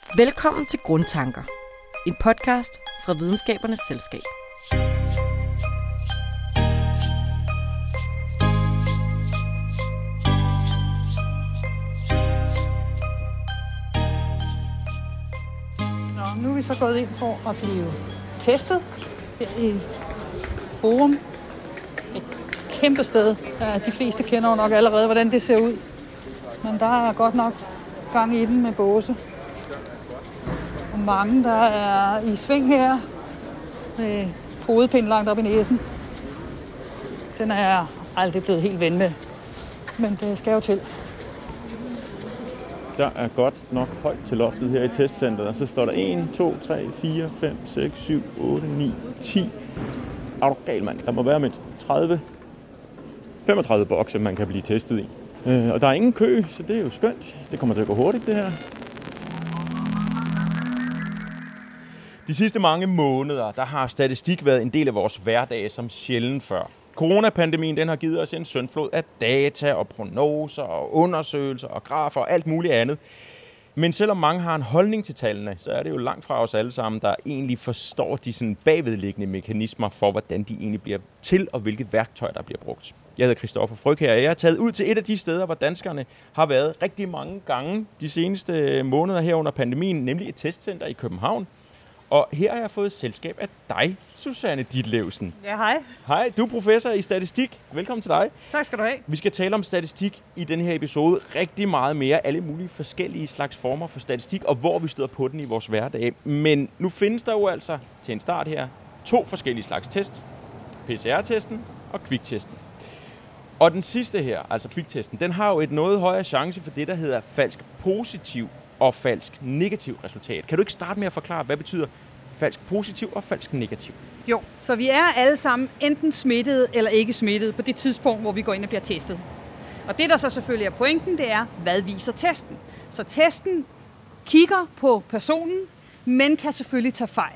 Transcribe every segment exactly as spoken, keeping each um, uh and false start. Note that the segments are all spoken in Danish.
Velkommen til Grundtanker, en podcast fra Videnskabernes Selskab. Nå, nu er vi så gået ind for at blive testet her i Forum. Et kæmpe sted. De fleste kender jo nok allerede, hvordan det ser ud. Men der er godt nok gang i den med båse. Og mange, der er i sving her med hovedpind langt op i næsen. Den er jeg aldrig blevet helt ven med. Men det skal jo til. Der er godt nok højt til loftet her i testcenteret, og så står der en, to, tre, fire, fem, seks, syv, otte, ni, ti. Er du gal, mand? Der må være mindst tredive, femogtredive bokse, man kan blive testet i. Øh, og der er ingen kø, så det er jo skønt. Det kommer til at gå hurtigt, det her. De sidste mange måneder, der har statistik været en del af vores hverdag som sjældent før. Coronapandemien, den har givet os en syndflod af data og prognoser og undersøgelser og grafer og alt muligt andet. Men selvom mange har en holdning til tallene, så er det jo langt fra os alle sammen, der egentlig forstår de sådan bagvedliggende mekanismer for, hvordan de egentlig bliver til og hvilke værktøjer, der bliver brugt. Jeg hedder Christoffer Fryg her, og jeg er taget ud til et af de steder, hvor danskerne har været rigtig mange gange de seneste måneder her under pandemien, nemlig et testcenter i København. Og her har jeg fået selskab af dig, Susanne Ditlevsen. Ja, hej. Hej, du er professor i statistik. Velkommen til dig. Tak skal du have. Vi skal tale om statistik i den her episode. Rigtig meget mere. Alle mulige forskellige slags former for statistik, og hvor vi støder på den i vores hverdag. Men nu findes der jo altså til en start her to forskellige slags test. P C R-testen og kviktesten. Og den sidste her, altså kviktesten, den har jo et noget højere chance for det, der hedder falsk positiv og falsk negativ resultat. Kan du ikke starte med at forklare, hvad betyder falsk positiv og falsk negativ? Jo, så vi er alle sammen enten smittede eller ikke smittede på det tidspunkt, hvor vi går ind og bliver testet. Og det, der så selvfølgelig er pointen, det er, hvad viser testen? Så testen kigger på personen, men kan selvfølgelig tage fejl.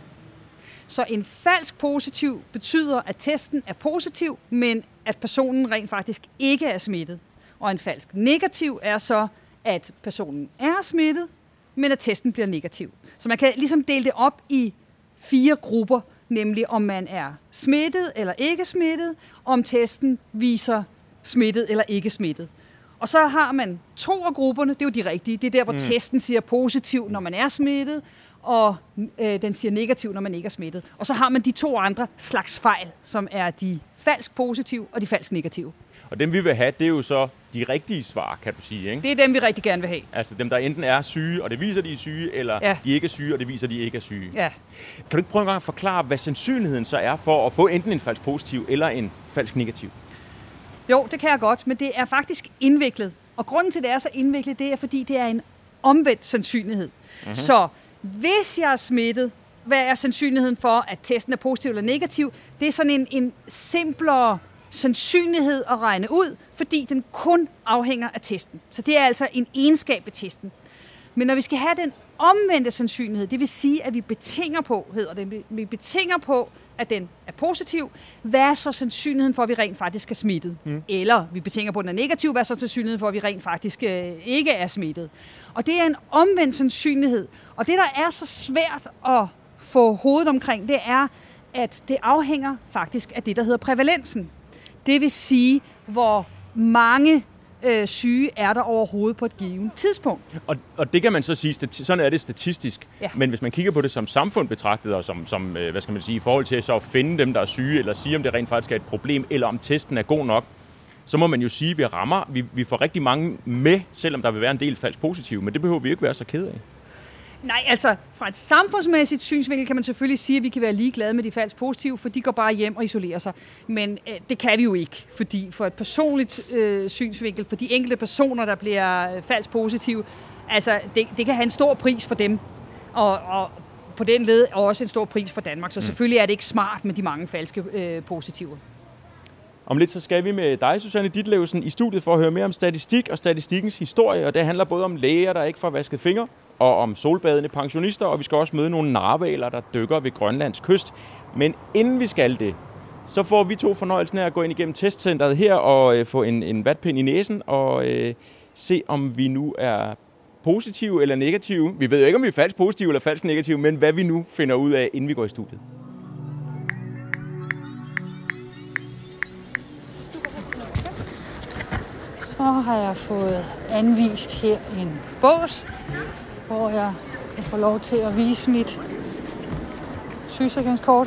Så en falsk positiv betyder, at testen er positiv, men at personen rent faktisk ikke er smittet. Og en falsk negativ er så, at personen er smittet, men at testen bliver negativ. Så man kan ligesom dele det op i fire grupper, nemlig om man er smittet eller ikke smittet, om testen viser smittet eller ikke smittet. Og så har man to af grupperne, det er jo de rigtige, det er der, hvor mm. testen siger positiv, når man er smittet, og øh, den siger negativ, når man ikke er smittet. Og så har man de to andre slags fejl, som er de falsk positive og de falsk negative. Og dem vi vil have, det er jo så de rigtige svar, kan du sige, ikke? Det er dem, vi rigtig gerne vil have. Altså dem, der enten er syge, og det viser, de er syge, eller ja. de ikke er syge, og det viser, de ikke er syge. Ja. Kan du ikke prøve en gang at forklare, hvad sandsynligheden så er for at få enten en falsk positiv eller en falsk negativ? Jo, det kan jeg godt, men det er faktisk indviklet. Og grunden til, at det er så indviklet, det er, fordi det er en omvendt sandsynlighed. Mm-hmm. Så hvis jeg er smittet, hvad er sandsynligheden for, at testen er positiv eller negativ? Det er sådan en, en simplere sandsynlighed at regne ud, fordi den kun afhænger af testen. Så det er altså en egenskab ved testen. Men når vi skal have den omvendte sandsynlighed, det vil sige, at vi betinger på, hedder det, vi betinger på, at den er positiv, hvad er så sandsynligheden for, at vi rent faktisk er smittet? Mm. Eller vi betinger på, at den er negativ, hvad er så sandsynligheden for, at vi rent faktisk øh, ikke er smittet? Og det er en omvendt sandsynlighed. Og det, der er så svært at få hovedet omkring, det er, at det afhænger faktisk af det, der hedder prævalensen. Det vil sige, hvor mange øh, syge er der overhovedet på et givet tidspunkt. Og, og det kan man så sige, sådan er det statistisk. Ja. Men hvis man kigger på det som samfund betragtet, og som, som hvad skal man sige, i forhold til så at finde dem, der er syge, eller sige, om det rent faktisk er et problem, eller om testen er god nok, så må man jo sige, at vi rammer, vi, vi får rigtig mange med, selvom der vil være en del falsk positive, men det behøver vi ikke være så ked af. Nej, altså fra et samfundsmæssigt synsvinkel kan man selvfølgelig sige, at vi kan være ligeglade med de falsk positive, for de går bare hjem og isolerer sig. Men øh, det kan vi jo ikke, fordi for et personligt øh, synsvinkel, for de enkelte personer, der bliver falsk positive, altså det, det kan have en stor pris for dem, og, og på den led også en stor pris for Danmark. Så mm. selvfølgelig er det ikke smart med de mange falske øh, positiver. Om lidt så skal vi med dig, Susanne Ditlevsen, i studiet for at høre mere om statistik og statistikkens historie, og det handler både om læger, der ikke får vasket fingre, og om solbadende pensionister, og vi skal også møde nogle narhvaler, der dykker ved Grønlands kyst. Men inden vi skal det, så får vi to fornøjelsen af at gå ind igennem testcenteret her og øh, få en, en vatpind i næsen og øh, se, om vi nu er positive eller negative. Vi ved jo ikke, om vi er falsk positive eller falsk negative, men hvad vi nu finder ud af, inden vi går i studiet. Så har jeg fået anvist her en bås, hvor jeg kan få lov til at vise mit sygesikringskort.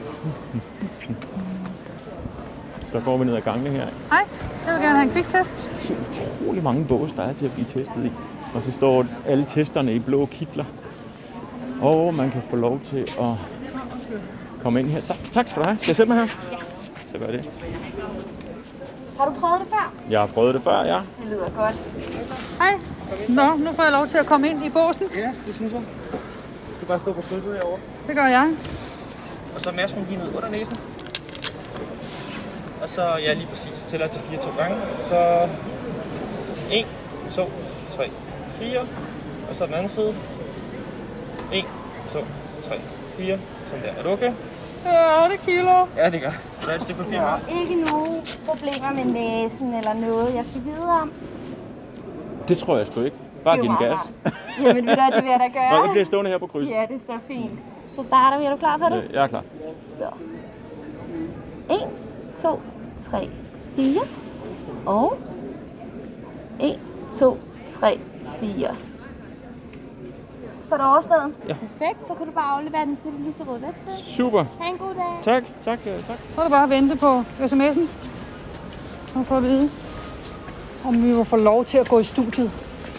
Så går vi ned ad gangene her. Hej, jeg vil gerne have en kviktest. Utrolig mange bås, der er til at blive testet i. Og så står alle testerne i blå kitler. Og man kan få lov til at komme ind her. Tak, tak skal du have. Skal jeg sætte mig her? Ja. Så gør det. Har du prøvet det før? Jeg har prøvet det før, ja. Det lyder godt. Hej. Nå, nu får jeg lov til at komme ind i båsen. Ja, det synes jeg. Du kan bare stå på krydset herovre. Det gør jeg. Og så masken lige ned under næsen. Og så, ja, lige præcis. Tæller til fire to gange. Så en, to, tre, fire. Og så den anden side. en, to, tre, fire. Sådan der. Er du okay? Ja, det kilder. Ja, det gør. Så er et stykke papir med. Ikke nogen problemer med næsen eller noget, jeg skal vide om. Det tror jeg sgu ikke. Bare giv den gas. Jamen, ved du, det vil jeg da gøre. Nå, jeg bliver stående her på krydset. Ja, det er så fint. Så starter vi. Er du klar på det? Jeg er klar. Så. en, to, tre, fire. Og en, to, tre, fire. Så er det overstået. Ja. Perfekt. Så kan du bare aflevere den til det lyserøde veste. Super. Ha' en god dag. Tak, tak, tak. Så er det bare at vente på sms'en. Så får at vide, om vi må få lov til at gå i studiet.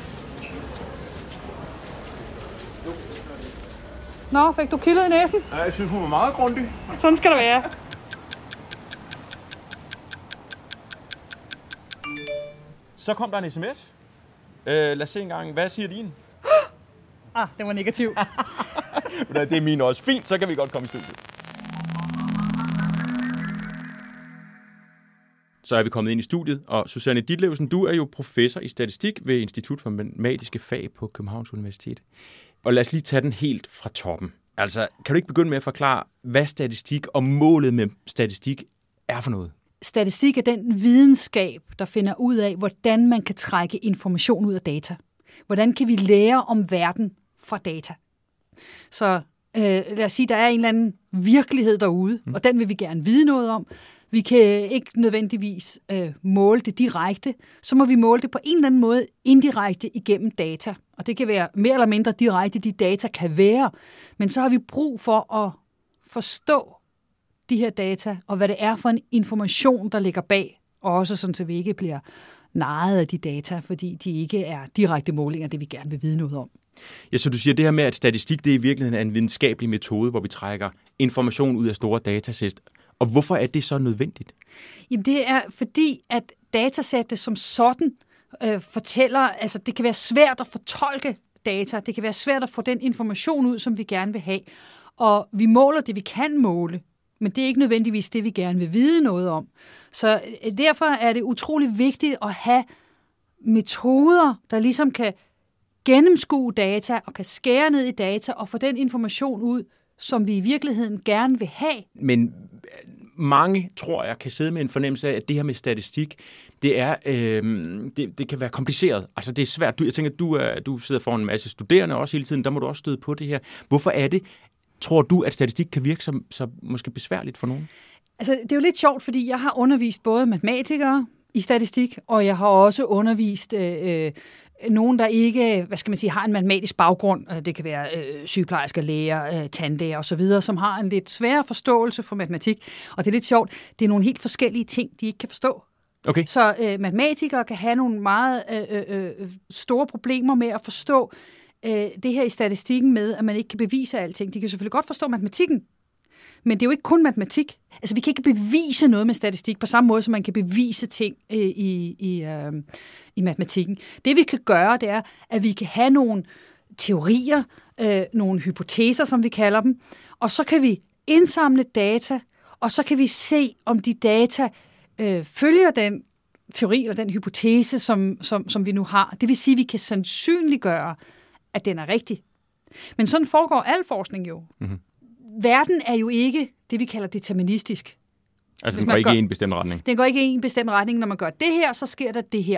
Nå, fik du kildet i næsen? Ja, jeg synes, hun var meget grundig. Sådan skal det være. Så kom der en sms. Øh, lad os se en gang. Hvad siger din? Ah, det var negativ. Det er min også. Fint, så kan vi godt komme i studiet. Så er vi kommet ind i studiet, og Susanne Ditlevsen, du er jo professor i statistik ved Institut for Matematiske Fag på Københavns Universitet. Og lad os lige tage den helt fra toppen. Altså, kan du ikke begynde med at forklare, hvad statistik og målet med statistik er for noget? Statistik er den videnskab, der finder ud af, hvordan man kan trække information ud af data. Hvordan kan vi lære om verden fra data? Så øh, lad os sige, der er en eller anden virkelighed derude, mm. og den vil vi gerne vide noget om. Vi kan ikke nødvendigvis øh, måle det direkte, så må vi måle det på en eller anden måde indirekte igennem data. Og det kan være mere eller mindre direkte, de data kan være. Men så har vi brug for at forstå de her data, og hvad det er for en information, der ligger bag. Også sådan, så vi ikke bliver narret af de data, fordi de ikke er direkte målinger, det vi gerne vil vide noget om. Ja, så du siger det her med, at statistik det er i virkeligheden en videnskabelig metode, hvor vi trækker information ud af store datasæt. Og hvorfor er det så nødvendigt? Jamen det er fordi, at datasættet som sådan øh, fortæller, altså det kan være svært at fortolke data, det kan være svært at få den information ud, som vi gerne vil have. Og vi måler det, vi kan måle, men det er ikke nødvendigvis det, vi gerne vil vide noget om. Så derfor er det utrolig vigtigt at have metoder, der ligesom kan gennemskue data og kan skære ned i data og få den information ud, som vi i virkeligheden gerne vil have. Men mange, tror jeg, kan sidde med en fornemmelse af, at det her med statistik, det, er, øh, det, det kan være kompliceret. Altså det er svært. Du, jeg tænker, du, er, du sidder foran en masse studerende også hele tiden, der må du også støde på det her. Hvorfor er det, tror du, at statistik kan virke som, så måske besværligt for nogen? Altså det er jo lidt sjovt, fordi jeg har undervist både matematikere i statistik, og jeg har også undervist øh, nogen, der ikke, hvad skal man sige, har en matematisk baggrund. Det kan være øh, sygeplejersker, læger, øh, tandlæger osv., som har en lidt sværere forståelse for matematik. Og det er lidt sjovt, det er nogle helt forskellige ting, de ikke kan forstå. Okay. Så øh, matematikere kan have nogle meget øh, øh, store problemer med at forstå øh, det her i statistikken med, at man ikke kan bevise alting. De kan selvfølgelig godt forstå matematikken, men det er jo ikke kun matematik. Altså, vi kan ikke bevise noget med statistik på samme måde, som man kan bevise ting øh, i, i, øh, i matematikken. Det, vi kan gøre, det er, at vi kan have nogle teorier, øh, nogle hypoteser, som vi kalder dem, og så kan vi indsamle data, og så kan vi se, om de data øh, følger den teori eller den hypotese, som, som, som vi nu har. Det vil sige, at vi kan sandsynliggøre, at den er rigtig. Men sådan foregår al forskning jo. Mm-hmm. Verden er jo ikke det, vi kalder deterministisk. Altså, den går ikke gør, i en bestemt retning? Den går ikke i en bestemt retning. Når man gør det her, så sker der det her.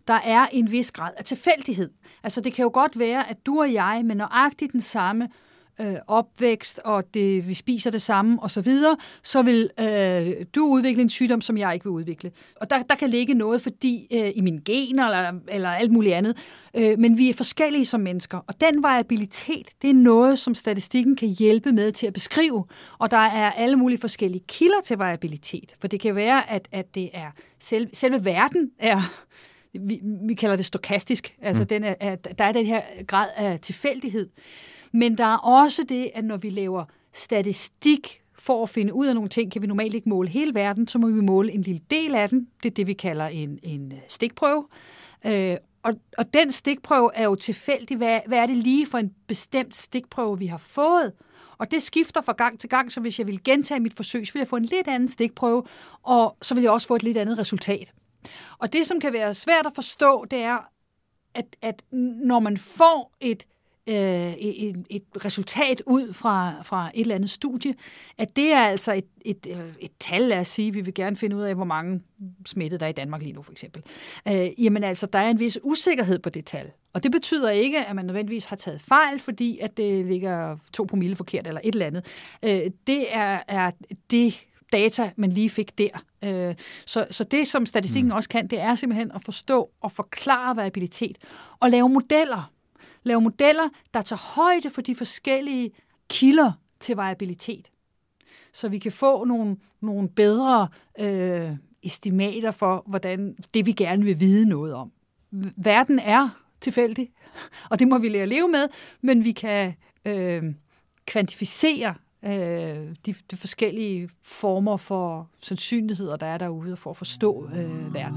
der er en vis grad af tilfældighed. Altså det kan jo godt være, at du og jeg med nøjagtigt den samme øh, opvækst, og det, vi spiser det samme og så videre, så vil øh, du udvikle en sygdom, som jeg ikke vil udvikle. Og der, der kan ligge noget fordi øh, i mine gener eller, eller alt muligt andet. Øh, men vi er forskellige som mennesker, og den variabilitet, det er noget, som statistikken kan hjælpe med til at beskrive. Og der er alle mulige forskellige kilder til variabilitet. For det kan være, at, at det er selv, selve verden er... Vi, vi kalder det stokastisk. Altså mm. den er, at der er den her grad af tilfældighed. Men der er også det, at når vi laver statistik for at finde ud af nogle ting, kan vi normalt ikke måle hele verden, så må vi måle en lille del af den. Det er det, vi kalder en, en stikprøve. Øh, og, og den stikprøve er jo tilfældig. Hvad, hvad er det lige for en bestemt stikprøve, vi har fået? Og det skifter fra gang til gang, så hvis jeg vil gentage mit forsøg, så vil jeg få en lidt anden stikprøve, og så vil jeg også få et lidt andet resultat. Og det, som kan være svært at forstå, det er, at, at når man får et, øh, et, et resultat ud fra, fra et eller andet studie, at det er altså et, et, et tal, lad os sige, vi vil gerne finde ud af, hvor mange smittede der er i Danmark lige nu, for eksempel. Øh, jamen altså, der er en vis usikkerhed på det tal. Og det betyder ikke, at man nødvendigvis har taget fejl, fordi at det ligger to promille forkert eller et eller andet. Øh, det er, er det data, man lige fik der. Så, så det, som statistikken mm. også kan, det er simpelthen at forstå og forklare variabilitet og lave modeller. Lave modeller, der tager højde for de forskellige kilder til variabilitet. Så vi kan få nogle, nogle bedre øh, estimater for, hvordan det, vi gerne vil vide noget om. Verden er tilfældig, og det må vi lære at leve med, men vi kan øh, kvantificere De, de forskellige former for sandsynligheder, der er derude, for at forstå øh, verden.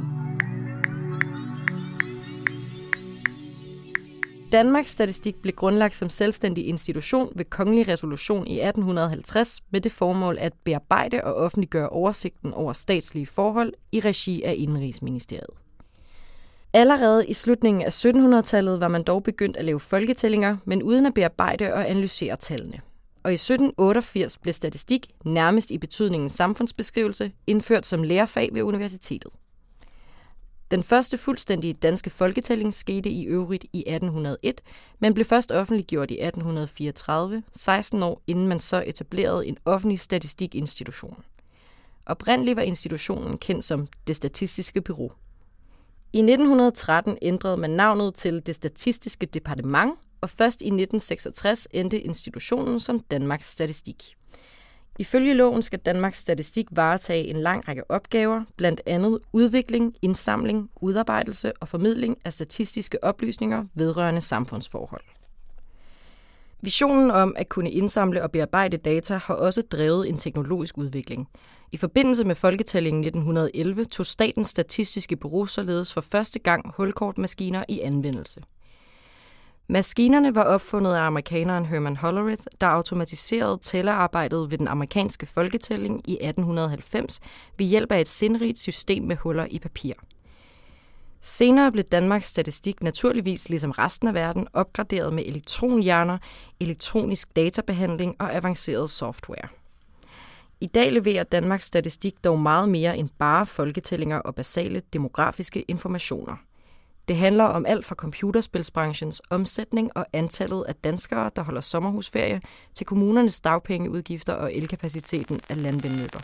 Danmarks Statistik blev grundlagt som selvstændig institution ved kongelig resolution i atten halvtreds med det formål at bearbejde og offentliggøre oversigten over statslige forhold i regi af Indenrigsministeriet. Allerede i slutningen af syttenhundredetallet var man dog begyndt at lave folketællinger, men uden at bearbejde og analysere tallene. Og i sytten otteogfirs blev statistik, nærmest i betydningen samfundsbeskrivelse, indført som lærefag ved universitetet. Den første fuldstændige danske folketælling skete i øvrigt i atten hundrede og en, men blev først offentliggjort i atten fireogtredive, seksten år inden man så etablerede en offentlig statistikinstitution. Oprindeligt var institutionen kendt som Det Statistiske Bureau. I nitten tretten ændrede man navnet til Det Statistiske Departement, og først i nitten seksogtres endte institutionen som Danmarks Statistik. Ifølge loven skal Danmarks Statistik varetage en lang række opgaver, blandt andet udvikling, indsamling, udarbejdelse og formidling af statistiske oplysninger vedrørende samfundsforhold. Visionen om at kunne indsamle og bearbejde data har også drevet en teknologisk udvikling. I forbindelse med folketællingen nitten elleve tog Statens Statistiske Bureau således for første gang hulkortmaskiner i anvendelse. Maskinerne var opfundet af amerikaneren Herman Hollerith, der automatiserede tællerarbejdet ved den amerikanske folketælling i atten halvfems ved hjælp af et sindrigt system med huller i papir. Senere blev Danmarks Statistik naturligvis, ligesom resten af verden, opgraderet med elektronhjerner, elektronisk databehandling og avanceret software. I dag leverer Danmarks Statistik dog meget mere end bare folketællinger og basale demografiske informationer. Det handler om alt fra computerspilsbranchens omsætning og antallet af danskere, der holder sommerhusferie, til kommunernes dagpengeudgifter og elkapaciteten af landvindmøller.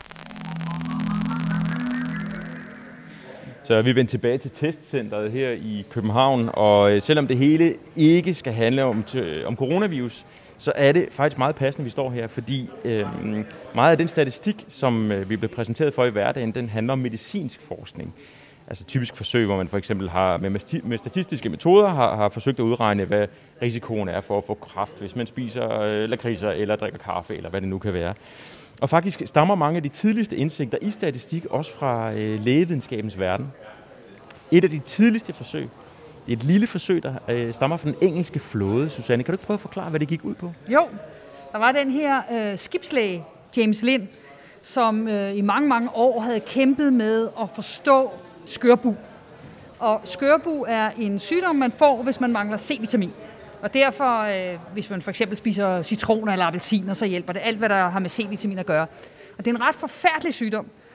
Så vi er vendt tilbage til testcentret her i København, og selvom det hele ikke skal handle om, om coronavirus, så er det faktisk meget passende, vi står her, fordi øh, meget af den statistik, som øh, vi blev præsenteret for i hverdagen, den handler om medicinsk forskning. Altså typisk forsøg, hvor man for eksempel har med, med statistiske metoder har, har forsøgt at udregne, hvad risikoen er for at få kræft, hvis man spiser øh, lakridser eller drikker kaffe, eller hvad det nu kan være. Og faktisk stammer mange af de tidligste indsigter i statistik også fra øh, lægevidenskabens verden. Et af de tidligste forsøg, det er et lille forsøg, der øh, stammer fra den engelske flåde. Susanne, kan du ikke prøve at forklare, hvad det gik ud på? Jo, der var den her øh, skibslæge, James Lind, som øh, i mange, mange år havde kæmpet med at forstå skørbu. Og skørbu er en sygdom, man får, hvis man mangler C-vitamin. Og derfor, øh, hvis man for eksempel spiser citroner eller appelsiner, så hjælper det alt, hvad der har med C-vitamin at gøre. Og det er en ret forfærdelig sygdom.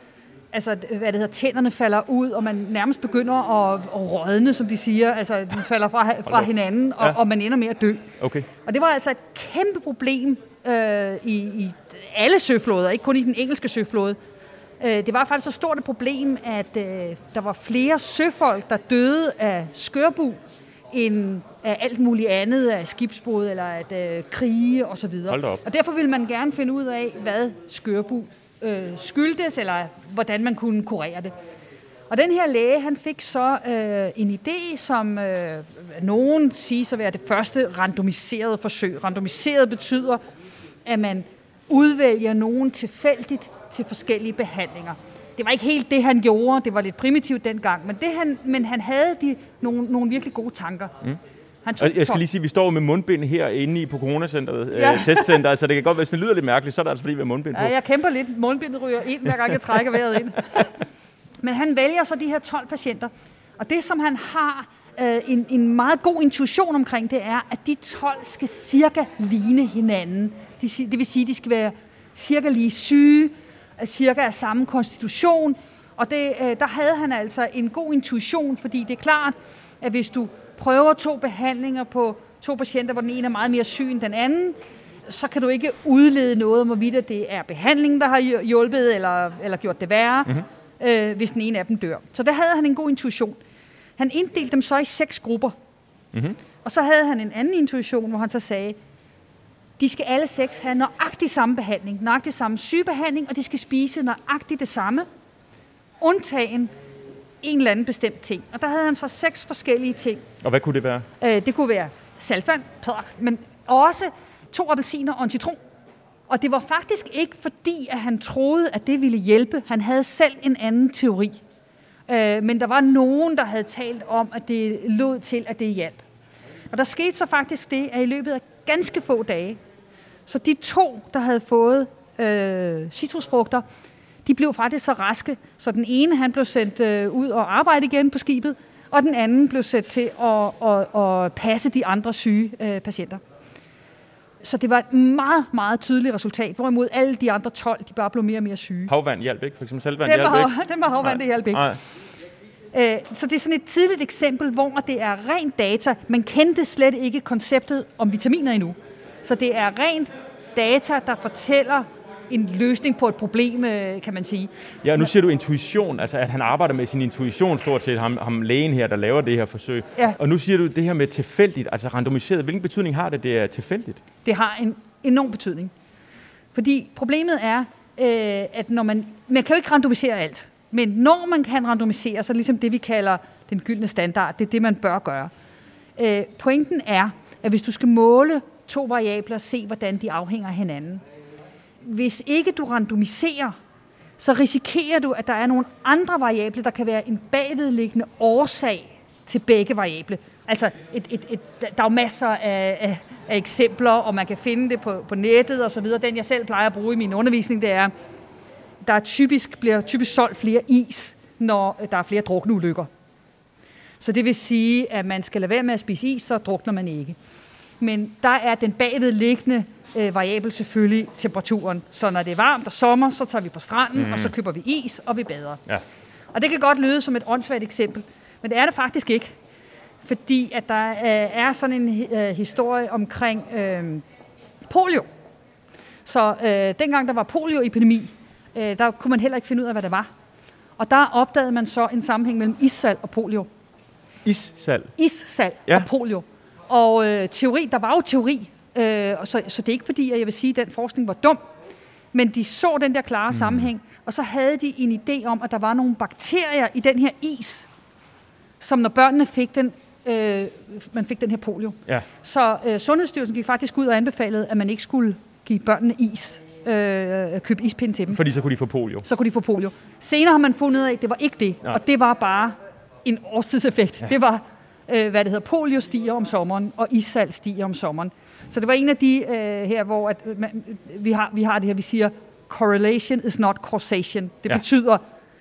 altså, hvad det hedder, tænderne falder ud, og man nærmest begynder at, at rådne, som de siger. Altså, den falder fra, fra hinanden, og, ja. og man ender med at dø. Okay. Og det var altså et kæmpe problem øh, i, i alle søflåder, ikke kun i den engelske søflåde. Øh, det var faktisk så stort et problem, at øh, der var flere søfolk, der døde af skørbu, end af alt muligt andet, af skibsbrud eller at øh, krige osv. Og derfor ville man gerne finde ud af, hvad skørbu øh, skyldtes, eller hvordan man kunne kurere det. Og den her læge, han fik så øh, en idé, som øh, nogen siger så være det første randomiserede forsøg. Randomiseret betyder, at man udvælger nogen tilfældigt til forskellige behandlinger. Det var ikke helt det, han gjorde. Det var lidt primitivt dengang. Men, det, han, men han havde de, nogle, nogle virkelig gode tanker. Mm. Han tog, jeg skal lige sige, at vi står med mundbind herinde på coronacenteret, ja. øh, testcenteret, så det kan godt være, hvis det lyder lidt mærkeligt, så er det altså fordi, vi har mundbind på. Ja, jeg kæmper lidt. Mundbindet ryger ind, hver gang jeg trækker vejret ind. Men han vælger så de her tolv patienter. Og det, som han har øh, en, en meget god intuition omkring, det er, at de tolv skal cirka ligne hinanden. De, det vil sige, at de skal være cirka lige syge, cirka af samme konstitution. Og det, øh, der havde han altså en god intuition, fordi det er klart, at hvis du prøver to behandlinger på to patienter, hvor den ene er meget mere syg end den anden, så kan du ikke udlede noget om, hvorvidt det er behandlingen, der har hjulpet eller, eller gjort det værre, mm-hmm. øh, hvis den ene af dem dør. Så der havde han en god intuition. Han inddelte dem så i seks grupper. Mm-hmm. Og så havde han en anden intuition, hvor han så sagde, de skal alle seks have nøjagtig samme behandling, nøjagtig samme sygebehandling, og de skal spise nøjagtigt det samme, undtagen en eller anden bestemt ting. Og der havde han så seks forskellige ting. Og hvad kunne det være? Øh, det kunne være saltvand, men også to appelsiner og en citron. Og det var faktisk ikke fordi, at han troede, at det ville hjælpe. Han havde selv en anden teori. Øh, men der var nogen, der havde talt om, at det lod til, at det hjalp. Og der skete så faktisk det, at i løbet af ganske få dage, så de to, der havde fået øh, citrusfrugter, de blev faktisk så raske, så den ene han blev sendt øh, ud og arbejde igen på skibet, og den anden blev sendt til at, at, at passe de andre syge øh, patienter. Så det var et meget, meget tydeligt resultat, hvorimod alle de andre tolv, de bare blev mere og mere syge. Havvand hjalp ikke? For eksempel saltvand hjalp ikke? Den var havvand, det hjalp ikke. Nej. Øh, så det er sådan et tidligt eksempel, hvor det er rent data. Man kendte slet ikke konceptet om vitaminer endnu. Så det er rent data, der fortæller en løsning på et problem, kan man sige. Ja, nu siger du intuition, altså at han arbejder med sin intuition stort set, ham, ham lægen her, der laver det her forsøg. Ja. Og nu siger du det her med tilfældigt, altså randomiseret. Hvilken betydning har det, det er tilfældigt? Det har en enorm betydning. Fordi problemet er, øh, at når man... Man kan jo ikke randomisere alt. Men når man kan randomisere, så er det ligesom det, vi kalder den gyldne standard. Det er det, man bør gøre. Øh, pointen er, at hvis du skal måle to variabler og se, hvordan de afhænger af hinanden, hvis ikke du randomiserer, så risikerer du, at der er nogle andre variable, der kan være en bagvedliggende årsag til begge variable. Altså, et, et, et, der er jo masser af, af, af eksempler, og man kan finde det på, på nettet og så videre. Den, jeg selv plejer at bruge i min undervisning, det er, der er typisk, bliver typisk solgt flere is, når der er flere drukneulykker. Så det vil sige, at man skal lade være med at spise is, så drukner man ikke. Men der er den bagvedliggende øh, variabel selvfølgelig temperaturen. Så når det er varmt og sommer, så tager vi på stranden, mm. og så køber vi is, og vi bader. Ja. Og det kan godt lyde som et åndssvagt eksempel, men det er det faktisk ikke. Fordi at der øh, er sådan en øh, historie omkring øh, polio. Så øh, dengang der var polioepidemi, øh, der kunne man heller ikke finde ud af, hvad det var. Og der opdagede man så en sammenhæng mellem issal og polio. Issal? Issal ja. Og polio. Og øh, teori, der var jo teori, øh, så, så det er ikke fordi, at jeg vil sige, at den forskning var dum, men de så den der klare mm. sammenhæng, og så havde de en idé om, at der var nogle bakterier i den her is, som når børnene fik den, øh, man fik den her polio. Ja. Så øh, Sundhedsstyrelsen gik faktisk ud og anbefalede, at man ikke skulle give børnene is, øh, købe ispinde til dem. Fordi så kunne de få polio? Så kunne de få polio. Senere har man fundet ud af, at det var ikke det, nej. Og det var bare en årstidseffekt. Ja. Det var hvad det hedder, polio stiger om sommeren, og issal stiger om sommeren. Så det var en af de øh, her, hvor at, man, vi, har, vi har det her, vi siger, correlation is not causation. Det ja. Betyder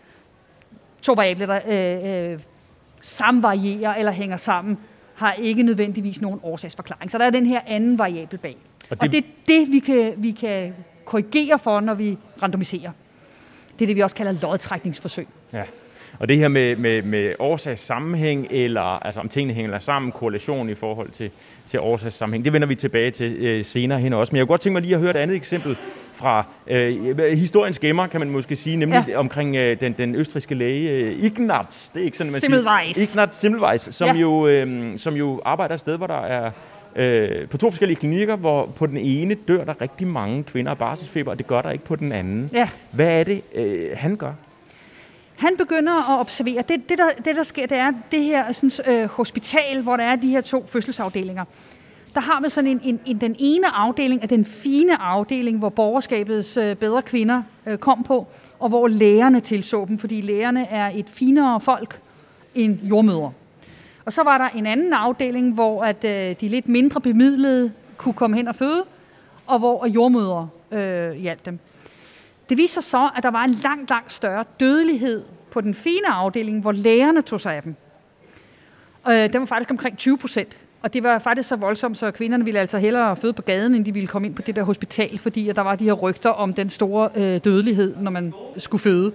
to variabler, der øh, øh, samvarierer eller hænger sammen, har ikke nødvendigvis nogen årsagsforklaring. Så der er den her anden variabel bag. Og det, og det er det, vi kan, vi kan korrigere for, når vi randomiserer. Det er det, vi også kalder lodtrækningsforsøg. Ja. Og det her med, med, med årsagssammenhæng, eller altså om tingene hænger sammen, korrelation i forhold til, til årsagssammenhæng, det vender vi tilbage til øh, senere hen også. Men jeg kunne godt tænke mig lige at høre et andet eksempel fra øh, historiens gemmer, kan man måske sige, nemlig ja. omkring øh, den, den østrigske læge øh, Ignaz. Det er ikke sådan, man Semmelweis. siger. Ignaz Semmelweis, som, ja. jo, øh, som jo arbejder et sted, hvor der er øh, på to forskellige klinikker, hvor på den ene dør der rigtig mange kvinder af barselsfeber, og det gør der ikke på den anden. Ja. Hvad er det, øh, han gør? Han begynder at observere. Det, det, der, det der sker, det er det her sådan, øh, hospital, hvor der er de her to fødselsafdelinger. Der har vi sådan en, en, en, den ene afdeling af den fine afdeling, hvor borgerskabets øh, bedre kvinder øh, kom på, og hvor lægerne tilså dem, fordi lægerne er et finere folk end jordmødre. Og så var der en anden afdeling, hvor at, øh, de lidt mindre bemidlede kunne komme hen og føde, og hvor jordmødre øh, hjalp dem. Det viser sig så, at der var en langt, langt større dødelighed på den fine afdeling, hvor lægerne tog sig af dem. Øh, den var faktisk omkring tyve procent. Og det var faktisk så voldsomt, så kvinderne ville altså hellere føde på gaden, end de ville komme ind på det der hospital, fordi at der var de her rygter om den store øh, dødelighed, når man skulle føde.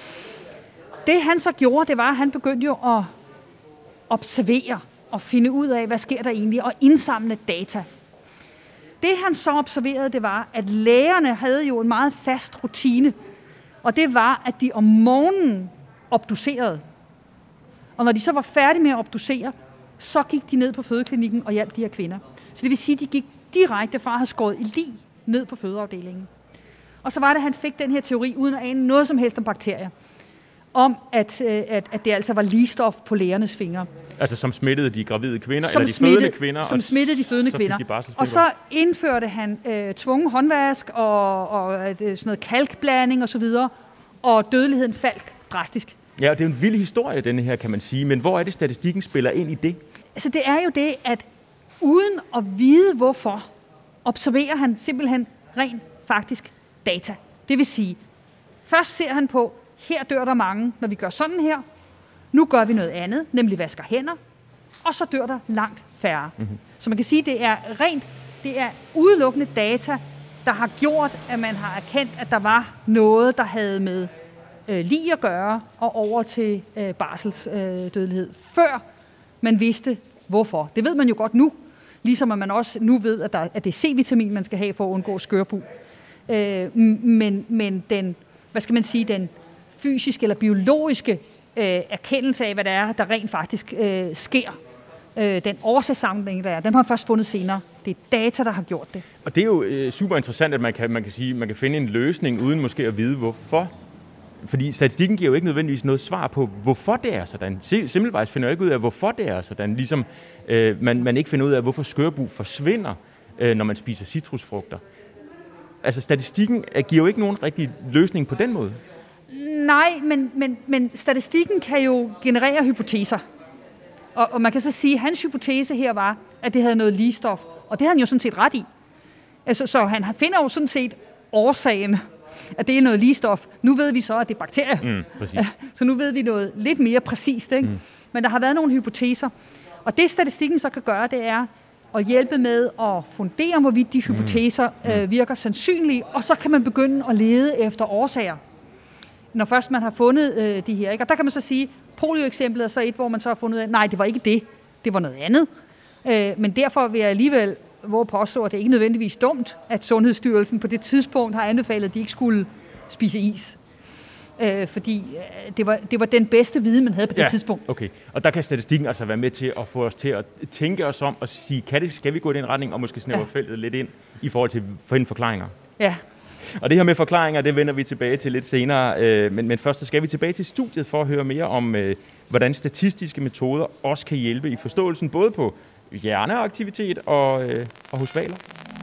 Det han så gjorde, det var, at han begyndte jo at observere og finde ud af, hvad sker der egentlig, og indsamle data. Det han så observerede, det var, at lægerne havde jo en meget fast rutine, og det var, at de om morgenen obducerede. Og når de så var færdige med at obducere, så gik de ned på fødeklinikken og hjalp de her kvinder. Så det vil sige, at de gik direkte fra at have skåret i lig ned på fødeafdelingen. Og så var det, at han fik den her teori, uden at ane noget som helst om bakterier, om at, at, at det altså var ligestof på lægernes fingre. Altså som smittede de gravide kvinder, som eller de smittede, fødende kvinder? Som smittede de fødende kvinder. De og så indførte han øh, tvungen håndvask og, og øh, sådan noget kalkblanding osv., og, og dødeligheden faldt drastisk. Ja, og det er jo en vild historie, denne her, kan man sige. Men hvor er det, statistikken spiller ind i det? Altså det er jo det, at uden at vide hvorfor, observerer han simpelthen rent faktisk data. Det vil sige, først ser han på, her dør der mange, når vi gør sådan her. Nu gør vi noget andet, nemlig vasker hænder. Og så dør der langt færre. Mm-hmm. Så man kan sige, det er rent, det er udelukkende data, der har gjort, at man har erkendt, at der var noget, der havde med øh, lig at gøre, og over til øh, barselsdødelighed, øh, før man vidste hvorfor. Det ved man jo godt nu, ligesom at man også nu ved, at, der, at det er C-vitamin, man skal have for at undgå skørbu. Øh, men, men den, hvad skal man sige, den fysiske eller biologiske øh, erkendelse af, hvad det er, der rent faktisk øh, sker, øh, den årsagssammenhæng, der er, den har man først fundet senere. Det er data, der har gjort det. Og det er jo øh, super interessant, at man kan, man kan sige, man kan finde en løsning, uden måske at vide, hvorfor. Fordi statistikken giver jo ikke nødvendigvis noget svar på, hvorfor det er sådan. Semmelweis finder jo ikke ud af, hvorfor det er sådan. Ligesom øh, man, man ikke finder ud af, hvorfor skørbu forsvinder, øh, når man spiser citrusfrugter. Altså statistikken giver jo ikke nogen rigtig løsning på den måde. Nej, men, men, men statistikken kan jo generere hypoteser. Og, og man kan så sige, at hans hypotese her var, at det havde noget ligestof. Og det havde han jo sådan set ret i. Altså, så han finder jo sådan set årsagen, at det er noget ligestof. Nu ved vi så, at det er bakterier. Mm, præcis. Så nu ved vi noget lidt mere præcist. Ikke? Mm. Men der har været nogle hypoteser. Og det statistikken så kan gøre, det er at hjælpe med at fundere, hvorvidt de hypoteser mm. øh, virker sandsynlige. Og så kan man begynde at lede efter årsager, når først man har fundet øh, de her. Ikke? Og der kan man så sige, polio-eksemplet er så et, hvor man så har fundet, at nej, det var ikke det. Det var noget andet. Øh, men derfor vil jeg alligevel hvor påstår, at det ikke nødvendigvis dumt, at Sundhedsstyrelsen på det tidspunkt har anbefalet, at de ikke skulle spise is. Øh, fordi det var, det var den bedste viden, man havde på det ja, tidspunkt. Okay, og der kan statistikken altså være med til at få os til at tænke os om og sige, kan det, skal vi gå i den retning og måske snævre ja. feltet lidt ind i forhold til at finde forklaringer? Ja. Og det her med forklaringer, det vender vi tilbage til lidt senere, øh, men, men først så skal vi tilbage til studiet for at høre mere om, øh, hvordan statistiske metoder også kan hjælpe i forståelsen, både på hjerneaktivitet og, øh, og hos hvaler.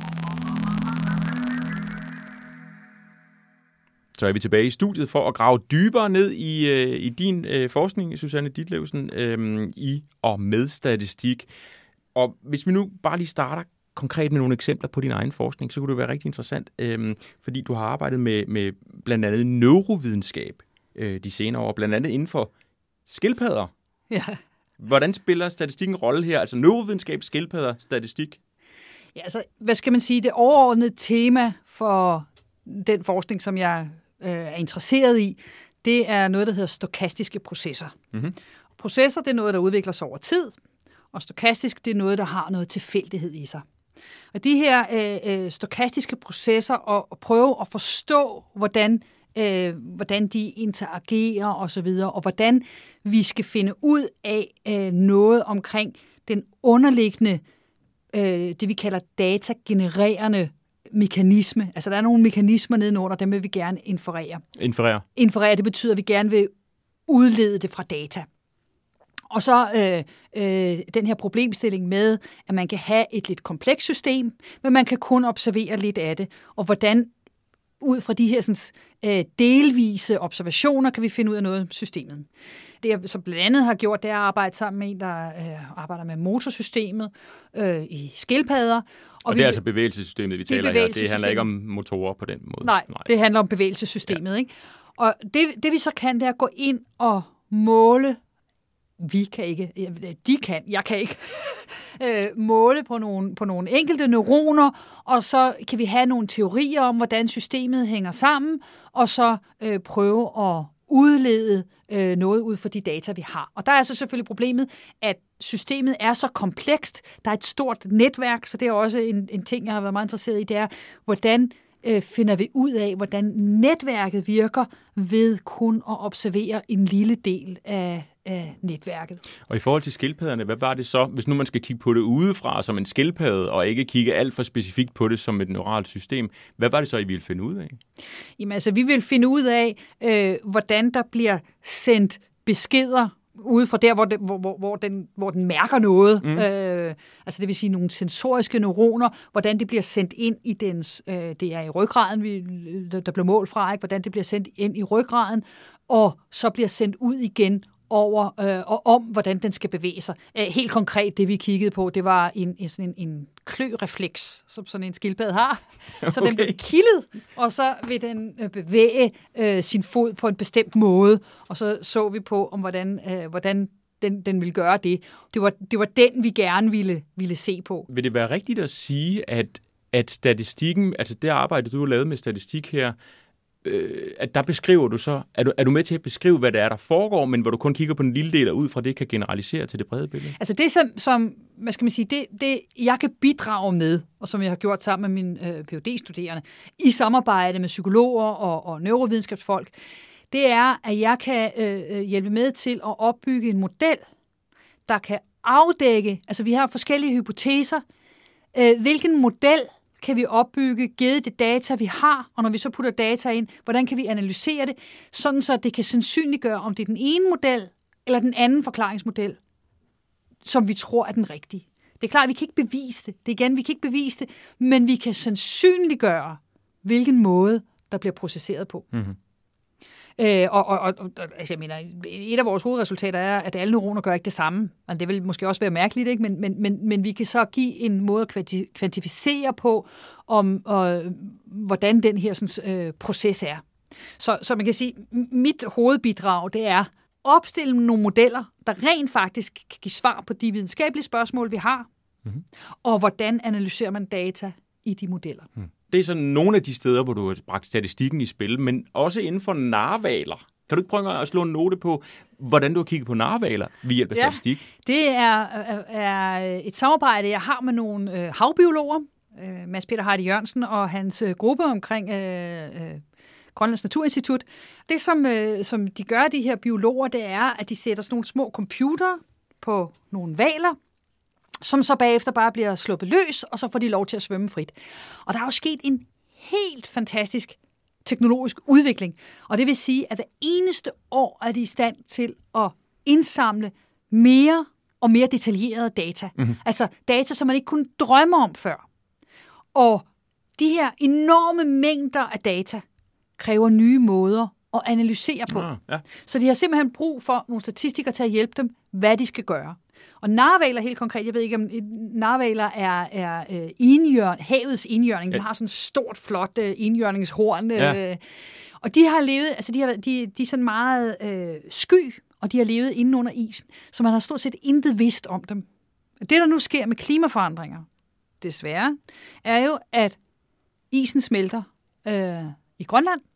Så er vi tilbage i studiet for at grave dybere ned i, øh, i din øh, forskning, Susanne Ditlevsen, øh, i og med statistik. Og hvis vi nu bare lige starter konkret med nogle eksempler på din egen forskning, så kunne det være rigtig interessant, øh, fordi du har arbejdet med, med blandt andet neurovidenskab øh, de senere år, blandt andet inden for skildpadder. Ja. Hvordan spiller statistikken rolle her? Altså neurovidenskab, skildpadder, statistik? Ja, altså, hvad skal man sige? Det overordnede tema for den forskning, som jeg øh, er interesseret i, det er noget, der hedder stokastiske processer. Mm-hmm. Processer, det er noget, der udvikler sig over tid, og stokastisk, det er noget, der har noget tilfældighed i sig. Og de her øh, stokastiske processer, og, og prøve at forstå, hvordan, øh, hvordan de interagerer og så videre, og hvordan vi skal finde ud af øh, noget omkring den underliggende, øh, det vi kalder datagenererende mekanisme. Altså der er nogle mekanismer nedenunder, dem vil vi gerne inferere. Inferere? Inferere, det betyder, at vi gerne vil udlede det fra data. Og så øh, øh, den her problemstilling med, at man kan have et lidt komplekst system, men man kan kun observere lidt af det. Og hvordan ud fra de her sådan, øh, delvise observationer kan vi finde ud af noget om systemet. Det jeg så blandt andet har gjort, det er at arbejde sammen med en, der øh, arbejder med motorsystemet øh, i skildpadder. Og, og det er vi, altså bevægelsessystemet, vi taler her. Det handler ikke om motorer på den måde. Nej, Nej. det handler om bevægelsessystemet. Ja. Ikke? Og det, det vi så kan, det er at gå ind og måle. Vi kan ikke, de kan, jeg kan ikke, måle på nogle, på nogle enkelte neuroner, og så kan vi have nogle teorier om, hvordan systemet hænger sammen, og så øh, prøve at udlede øh, noget ud fra de data, vi har. Og der er så selvfølgelig problemet, at systemet er så komplekst, der er et stort netværk, så det er også en, en ting, jeg har været meget interesseret i, det er, hvordan øh, finder vi ud af, hvordan netværket virker ved kun at observere en lille del af af netværket. Og i forhold til skildpadderne, hvad var det så, hvis nu man skal kigge på det udefra som en skildpadde, og ikke kigge alt for specifikt på det som et neuralt system, hvad var det så, I ville finde ud af? Jamen altså, vi vil finde ud af, øh, hvordan der bliver sendt beskeder ude fra der, hvor, det, hvor, hvor, hvor, den, hvor den mærker noget. Mm. Øh, altså det vil sige nogle sensoriske neuroner, hvordan det bliver sendt ind i dens, øh, det er i ryggraden, vi, der bliver målt fra, ikke? Hvordan det bliver sendt ind i ryggraden, og så bliver sendt ud igen over øh, og om, hvordan den skal bevæge sig. Æh, helt konkret, det vi kiggede på, det var en, en, sådan en, en klørefleks, som sådan en skildpadde har. Okay. Så den bliver kildet, og så vil den øh, bevæge øh, sin fod på en bestemt måde, og så så vi på, om hvordan, øh, hvordan den, den ville gøre det. Det var, det var den, vi gerne ville, ville se på. Vil det være rigtigt at sige, at, at statistikken, altså det arbejde, du har lavet med statistik her, at der beskriver du så, er du, er du med til at beskrive, hvad det er, der foregår, men hvor du kun kigger på den lille del, og ud fra det kan generalisere til det brede billede? Altså det, som, som hvad skal man sige, det, det jeg kan bidrage med, og som jeg har gjort sammen med mine øh, P H D-studerende, i samarbejde med psykologer og, og neurovidenskabsfolk, det er, at jeg kan øh, hjælpe med til at opbygge en model, der kan afdække, altså vi har forskellige hypoteser, øh, hvilken model kan vi opbygge, givet det data, vi har, og når vi så putter data ind, hvordan kan vi analysere det, sådan så det kan sandsynliggøre, om det er den ene model, eller den anden forklaringsmodel, som vi tror er den rigtige. Det er klart, at vi kan ikke bevise det. Det er igen, vi kan ikke bevise det, men vi kan sandsynliggøre, hvilken måde, der bliver processeret på. Mm-hmm. Øh, og, og, og altså, jeg mener, et af vores hovedresultater er, at alle neuroner gør ikke det samme. Altså, det vil måske også være mærkeligt, ikke? Men, men, men, men vi kan så give en måde at kvantificere på, om og, hvordan den her sådan, øh, proces er. Så, så man kan sige, mit hovedbidrag, det er opstille nogle modeller, der rent faktisk kan give svar på de videnskabelige spørgsmål, vi har, mm-hmm. og hvordan analyserer man data i de modeller. Mm. Det er sådan nogle af de steder, hvor du har bragt statistikken i spil, men også inden for narvaler. Kan du ikke prøve at slå en note på, hvordan du har kigget på narvaler ved hjælp af ja, statistik? Det er, er et samarbejde, jeg har med nogle øh, havbiologer, øh, Mads Peter Heide Jørgensen og hans øh, gruppe omkring øh, øh, Grønlands Naturinstitut. Det, som, øh, som de gør, de her biologer, det er, at de sætter sådan nogle små computere på nogle hvaler, som så bagefter bare bliver sluppet løs, og så får de lov til at svømme frit. Og der er jo sket en helt fantastisk teknologisk udvikling, og det vil sige, at hver eneste år er de i stand til at indsamle mere og mere detaljerede data. Mm-hmm. Altså data, som man ikke kunne drømme om før. Og de her enorme mængder af data kræver nye måder at analysere på. Ah, ja. Så de har simpelthen brug for nogle statistikere til at hjælpe dem, hvad de skal gøre. Og narvaler helt konkret, jeg ved ikke om narvaler er, er øh, enhjørn, havets enhjørning. Den ja. har sådan et stort, flot øh, enhjørningshorn. Øh, ja. Og de har levet, altså de, har, de, de er sådan meget øh, sky, og de har levet inde under isen, så man har stort set intet vidst om dem. Det, der nu sker med klimaforandringer, desværre, er jo, at isen smelter øh, i Grønland,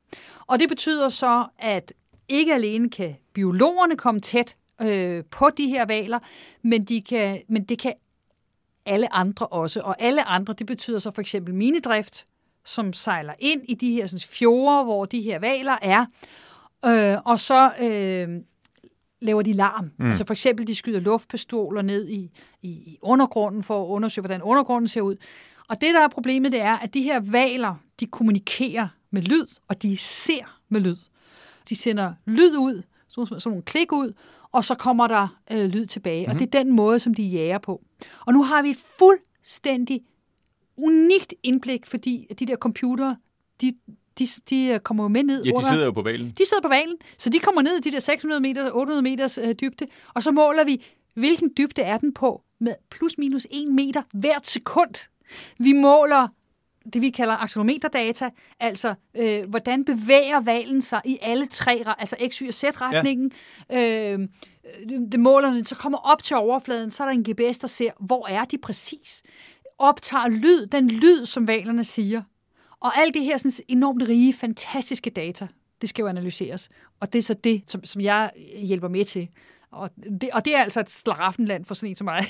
Og det betyder så, at ikke alene kan biologerne komme tæt øh, på de her hvaler, men, de kan, men det kan alle andre også. Og alle andre, det betyder så for eksempel minedrift, som sejler ind i de her sådan, fjorde, hvor de her hvaler er, øh, og så øh, laver de larm. Mm. Altså for eksempel, de skyder luftpistoler ned i, i, i undergrunden for at undersøge, hvordan undergrunden ser ud. Og det, der er problemet, det er, at de her hvaler, de kommunikerer med lyd, og de ser med lyd. De sender lyd ud, sådan nogle klik ud, og så kommer der øh, lyd tilbage. Mm-hmm. Og det er den måde, som de jager på. Og nu har vi et fuldstændig unikt indblik, fordi de der computere, de, de, de kommer jo med ned. Ja, de under, sidder jo på hvalen. De sidder på hvalen, så de kommer ned i de der seks hundrede meter, otte hundrede meters øh, dybde, og så måler vi, hvilken dybde er den på, med plus minus en meter hvert sekund. Vi måler det, vi kalder accelerometerdata, altså øh, hvordan bevæger hvalen sig i alle tre, altså X, Y og Z-retningen. Ja. Øh, det måler den, så kommer op til overfladen, så er der en G P S, der ser, hvor er de præcis. Optager lyd, den lyd, som hvalerne siger. Og alt det her sådan enormt rige, fantastiske data, det skal jo analyseres. Og det er så det, som, som jeg hjælper med til. Og det, og det er altså et slaraffenland for sådan en som mig.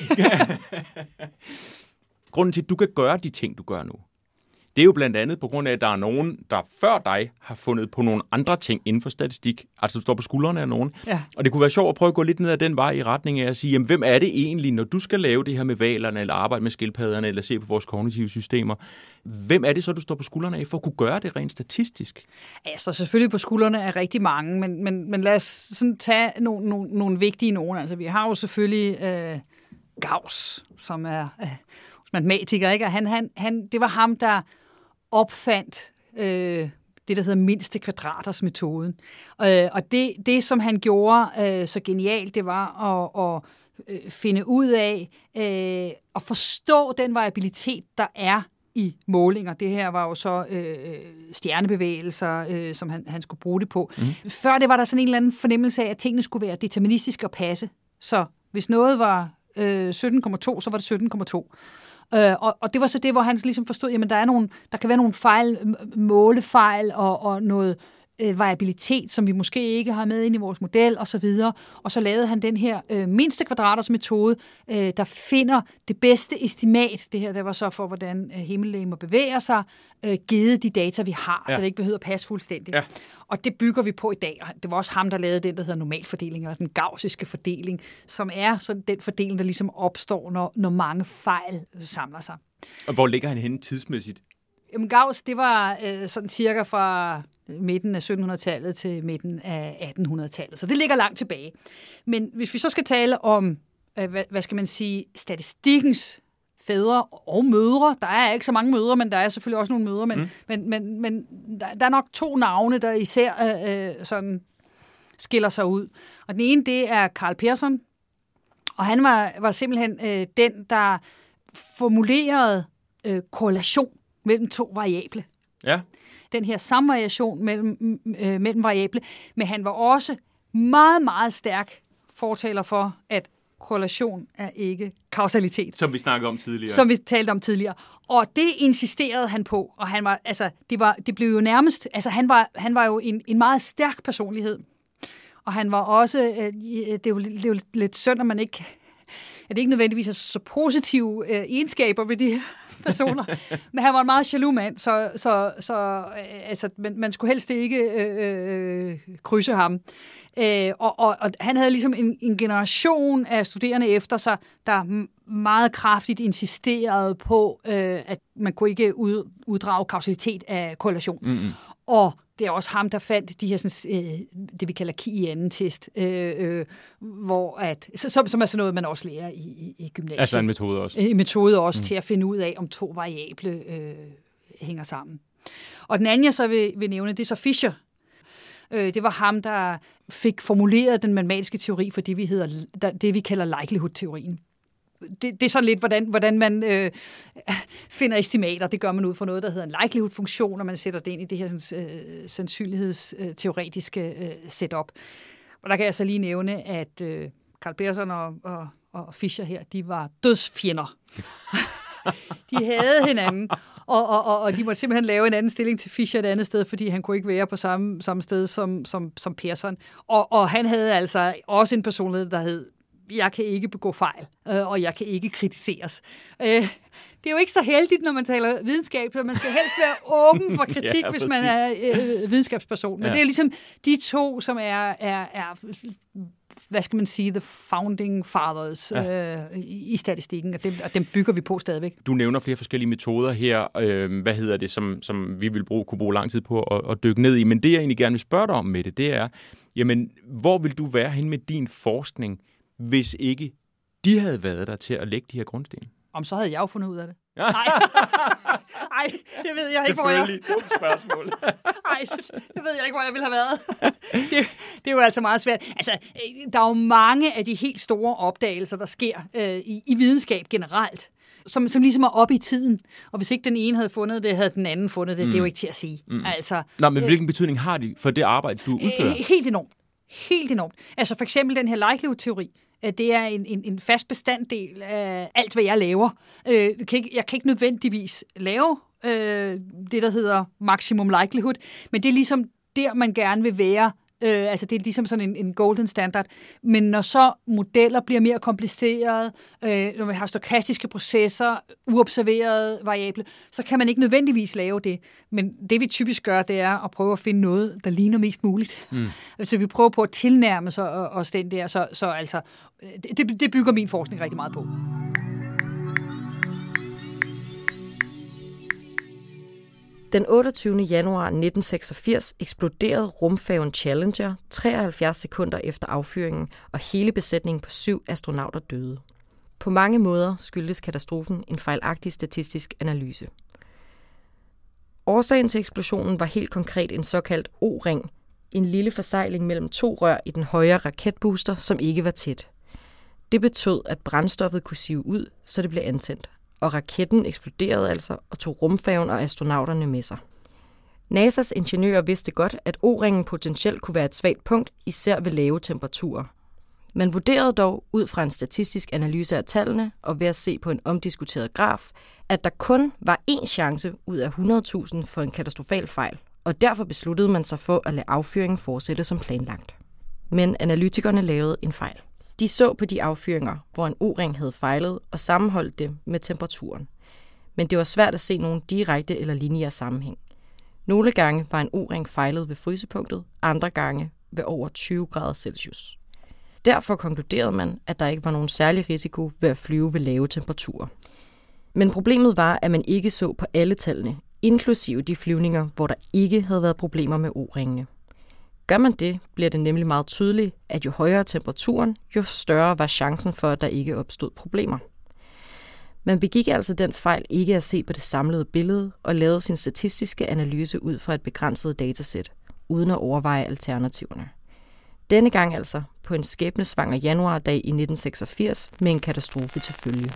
Grunden til, at du kan gøre de ting, du gør nu, det er jo blandt andet på grund af, at der er nogen, der før dig har fundet på nogle andre ting inden for statistik. Altså, du står på skuldrene af nogen. Ja. Og det kunne være sjovt at prøve at gå lidt ned ad den vej i retning af at sige, jamen, hvem er det egentlig, når du skal lave det her med hvalerne, eller arbejde med skildpadderne, eller se på vores kognitive systemer? Hvem er det så, du står på skuldrene af for at kunne gøre det rent statistisk? Ja, jeg står selvfølgelig på skuldrene af rigtig mange, men, men, men lad os sådan tage nogle, nogle, nogle vigtige nogen. Altså, vi har jo selvfølgelig øh, Gauss, som er øh, matematiker, ikke? Og han, han, han, det var ham, der opfandt øh, det, der hedder mindste kvadraters metoden. Øh, og det, det, som han gjorde øh, så genialt, det var at, at øh, finde ud af øh, at forstå den variabilitet, der er i målinger. Det her var jo så øh, stjernebevægelser, øh, som han, han skulle bruge det på. Mm. Før det var der sådan en eller anden fornemmelse af, at tingene skulle være deterministiske og passe. Så hvis noget var øh, sytten komma to, så var det sytten komma to. Øh, og, og det var så det, hvor han ligesom forstod, jamen der er nogle, der kan være nogle fejl, målefejl og, og noget øh, variabilitet, som vi måske ikke har med ind i vores model og så videre. Og så lavede han den her øh, mindste kvadraters metode, øh, der finder det bedste estimat. Det her, der var så for, hvordan øh, himmellegemer bevæger sig, øh, givet de data, vi har, ja. Så det ikke behøver at passe fuldstændigt. Ja. Og det bygger vi på i dag. Det var også ham, der lavede den, der hedder normalfordeling, eller den gaussiske fordeling, som er sådan den fordeling, der ligesom opstår, når, når mange fejl samler sig. Og hvor ligger han henne tidsmæssigt? Jamen, Gauss, det var øh, sådan cirka fra midten af syttenhundredetallet til midten af attenhundredetallet. Så det ligger langt tilbage. Men hvis vi så skal tale om, øh, hvad, hvad skal man sige, statistikkens fædre og mødre. Der er ikke så mange mødre, men der er selvfølgelig også nogle mødre. Men, mm. men, men, men der, der er nok to navne, der især øh, sådan skiller sig ud. Og den ene, det er Karl Pearson. Og han var, var simpelthen øh, den, der formulerede øh, korrelation mellem to variable. Ja. Den her samvariation mellem, øh, mellem variable. Men han var også meget, meget stærk fortaler for, at korrelation er ikke kausalitet. Som vi snakkede om tidligere. Som vi talte om tidligere. Og det insisterede han på, og han var, altså, det, var, det blev jo nærmest, altså han var, han var jo en, en meget stærk personlighed. Og han var også, øh, det, er jo, det er jo lidt synd, at man ikke, at det ikke nødvendigvis er så positive øh, egenskaber ved de her personer. Men han var en meget jaloux mand, så, så, så øh, altså, man, man skulle helst ikke øh, øh, krydse ham. Øh, og, og, og han havde ligesom en, en generation af studerende efter sig, der meget kraftigt insisterede på, øh, at man kunne ikke ud, uddrage kausalitet af korrelation. Mm-hmm. Og det er også ham, der fandt de her, sådan, øh, det vi kalder Key-i-anden-test, øh, øh, hvor at, som, som er sådan noget, man også lærer i, i, i gymnasiet. Altså en metode også. En metode også mm. til at finde ud af, om to variable øh, hænger sammen. Og den anden, jeg så vil, vil nævne, det er så Fisher. Øh, det var ham, der fik formuleret den matematiske teori for det, vi, hedder, det, vi kalder likelihood-teorien. Det, det er sådan lidt, hvordan, hvordan man øh, finder estimater. Det gør man ud fra noget, der hedder en likelihood-funktion, og man sætter det ind i det her sådan, øh, sandsynlighedsteoretiske øh, setup. Og der kan jeg så lige nævne, at øh, Karl Pearson og, og, og Fisher her, de var dødsfjender. De havde hinanden. og, og, og, og de måtte simpelthen lave en anden stilling til Fischer et andet sted, fordi han kunne ikke være på samme, samme sted som, som, som Persson. Og, og han havde altså også en personlighed, der hed, jeg kan ikke begå fejl, øh, og jeg kan ikke kritiseres. Øh, det er jo ikke så heldigt, når man taler videnskab, for man skal helst være åben for kritik, ja, hvis man er øh, videnskabsperson. Men ja. Det er ligesom de to, som er, er, er hvad skal man sige, the founding fathers ja. øh, i statistikken, og dem, og dem bygger vi på stadigvæk. Du nævner flere forskellige metoder her, øh, hvad hedder det, som, som vi vil bruge, kunne bruge lang tid på at, at dykke ned i, men det jeg egentlig gerne vil spørge dig om med det, det er, jamen, hvor vil du være hen med din forskning, hvis ikke de havde været der til at lægge de her grundsten? Om så havde jeg jo fundet ud af det. Ja. Nej, Ej, det ved jeg ikke, hvor jeg... Selvfølgelig, dumt spørgsmål. Nej, det ved jeg ikke, hvor jeg ville have været. Det, det er jo altså meget svært. Altså, der er jo mange af de helt store opdagelser, der sker øh, i, i videnskab generelt, som, som ligesom er oppe i tiden. Og hvis ikke den ene havde fundet det, havde den anden fundet det. Mm. Det er jo ikke til at sige. Mm. Altså, Nå, men hvilken betydning har de for det arbejde, du udfører? Helt enormt. Helt enormt. Altså for eksempel den her likelihood-teori. Det er en, en, en fast bestanddel af alt, hvad jeg laver. Jeg kan ikke, jeg kan ikke nødvendigvis lave øh, det, der hedder maximum likelihood, men det er ligesom der, man gerne vil være. Øh, altså det er ligesom sådan en, en golden standard. Men når så modeller bliver mere komplicerede, øh, når man har stokastiske processer, uobserverede variable, så kan man ikke nødvendigvis lave det. Men det vi typisk gør, det er at prøve at finde noget, der ligner mest muligt. Mm. Så vi prøver på at tilnærme sig os den der. Så, så altså, det, det bygger min forskning rigtig meget på. Den otteogtyvende januar nitten seksogfirs eksploderede rumfærgen Challenger treoghalvfjerds sekunder efter affyringen, og hele besætningen på syv astronauter døde. På mange måder skyldtes katastrofen en fejlagtig statistisk analyse. Årsagen til eksplosionen var helt konkret en såkaldt O-ring, en lille forsejling mellem to rør i den højre raketbooster, som ikke var tæt. Det betød, at brændstoffet kunne sive ud, så det blev antændt. Og raketten eksploderede altså og tog rumfærgen og astronauterne med sig. N A S A's ingeniører vidste godt, at O-ringen potentielt kunne være et svagt punkt, især ved lave temperaturer. Man vurderede dog ud fra en statistisk analyse af tallene og ved at se på en omdiskuteret graf, at der kun var én chance ud af hundrede tusind for en katastrofal fejl, og derfor besluttede man sig for at lade affyringen fortsætte som planlagt. Men analytikerne lavede en fejl. De så på de affyringer, hvor en O-ring havde fejlet, og sammenholdt det med temperaturen. Men det var svært at se nogen direkte eller lineær sammenhæng. Nogle gange var en O-ring fejlet ved frysepunktet, andre gange ved over tyve grader Celsius. Derfor konkluderede man, at der ikke var nogen særlig risiko ved at flyve ved lave temperaturer. Men problemet var, at man ikke så på alle tallene, inklusive de flyvninger, hvor der ikke havde været problemer med O-ringene. Gør man det, bliver det nemlig meget tydeligt, at jo højere temperaturen, jo større var chancen for, at der ikke opstod problemer. Man begik altså den fejl ikke at se på det samlede billede og lavede sin statistiske analyse ud fra et begrænset datasæt, uden at overveje alternativerne. Denne gang altså på en skæbnesvanger januardag i nitten seksogfirs med en katastrofe til følge.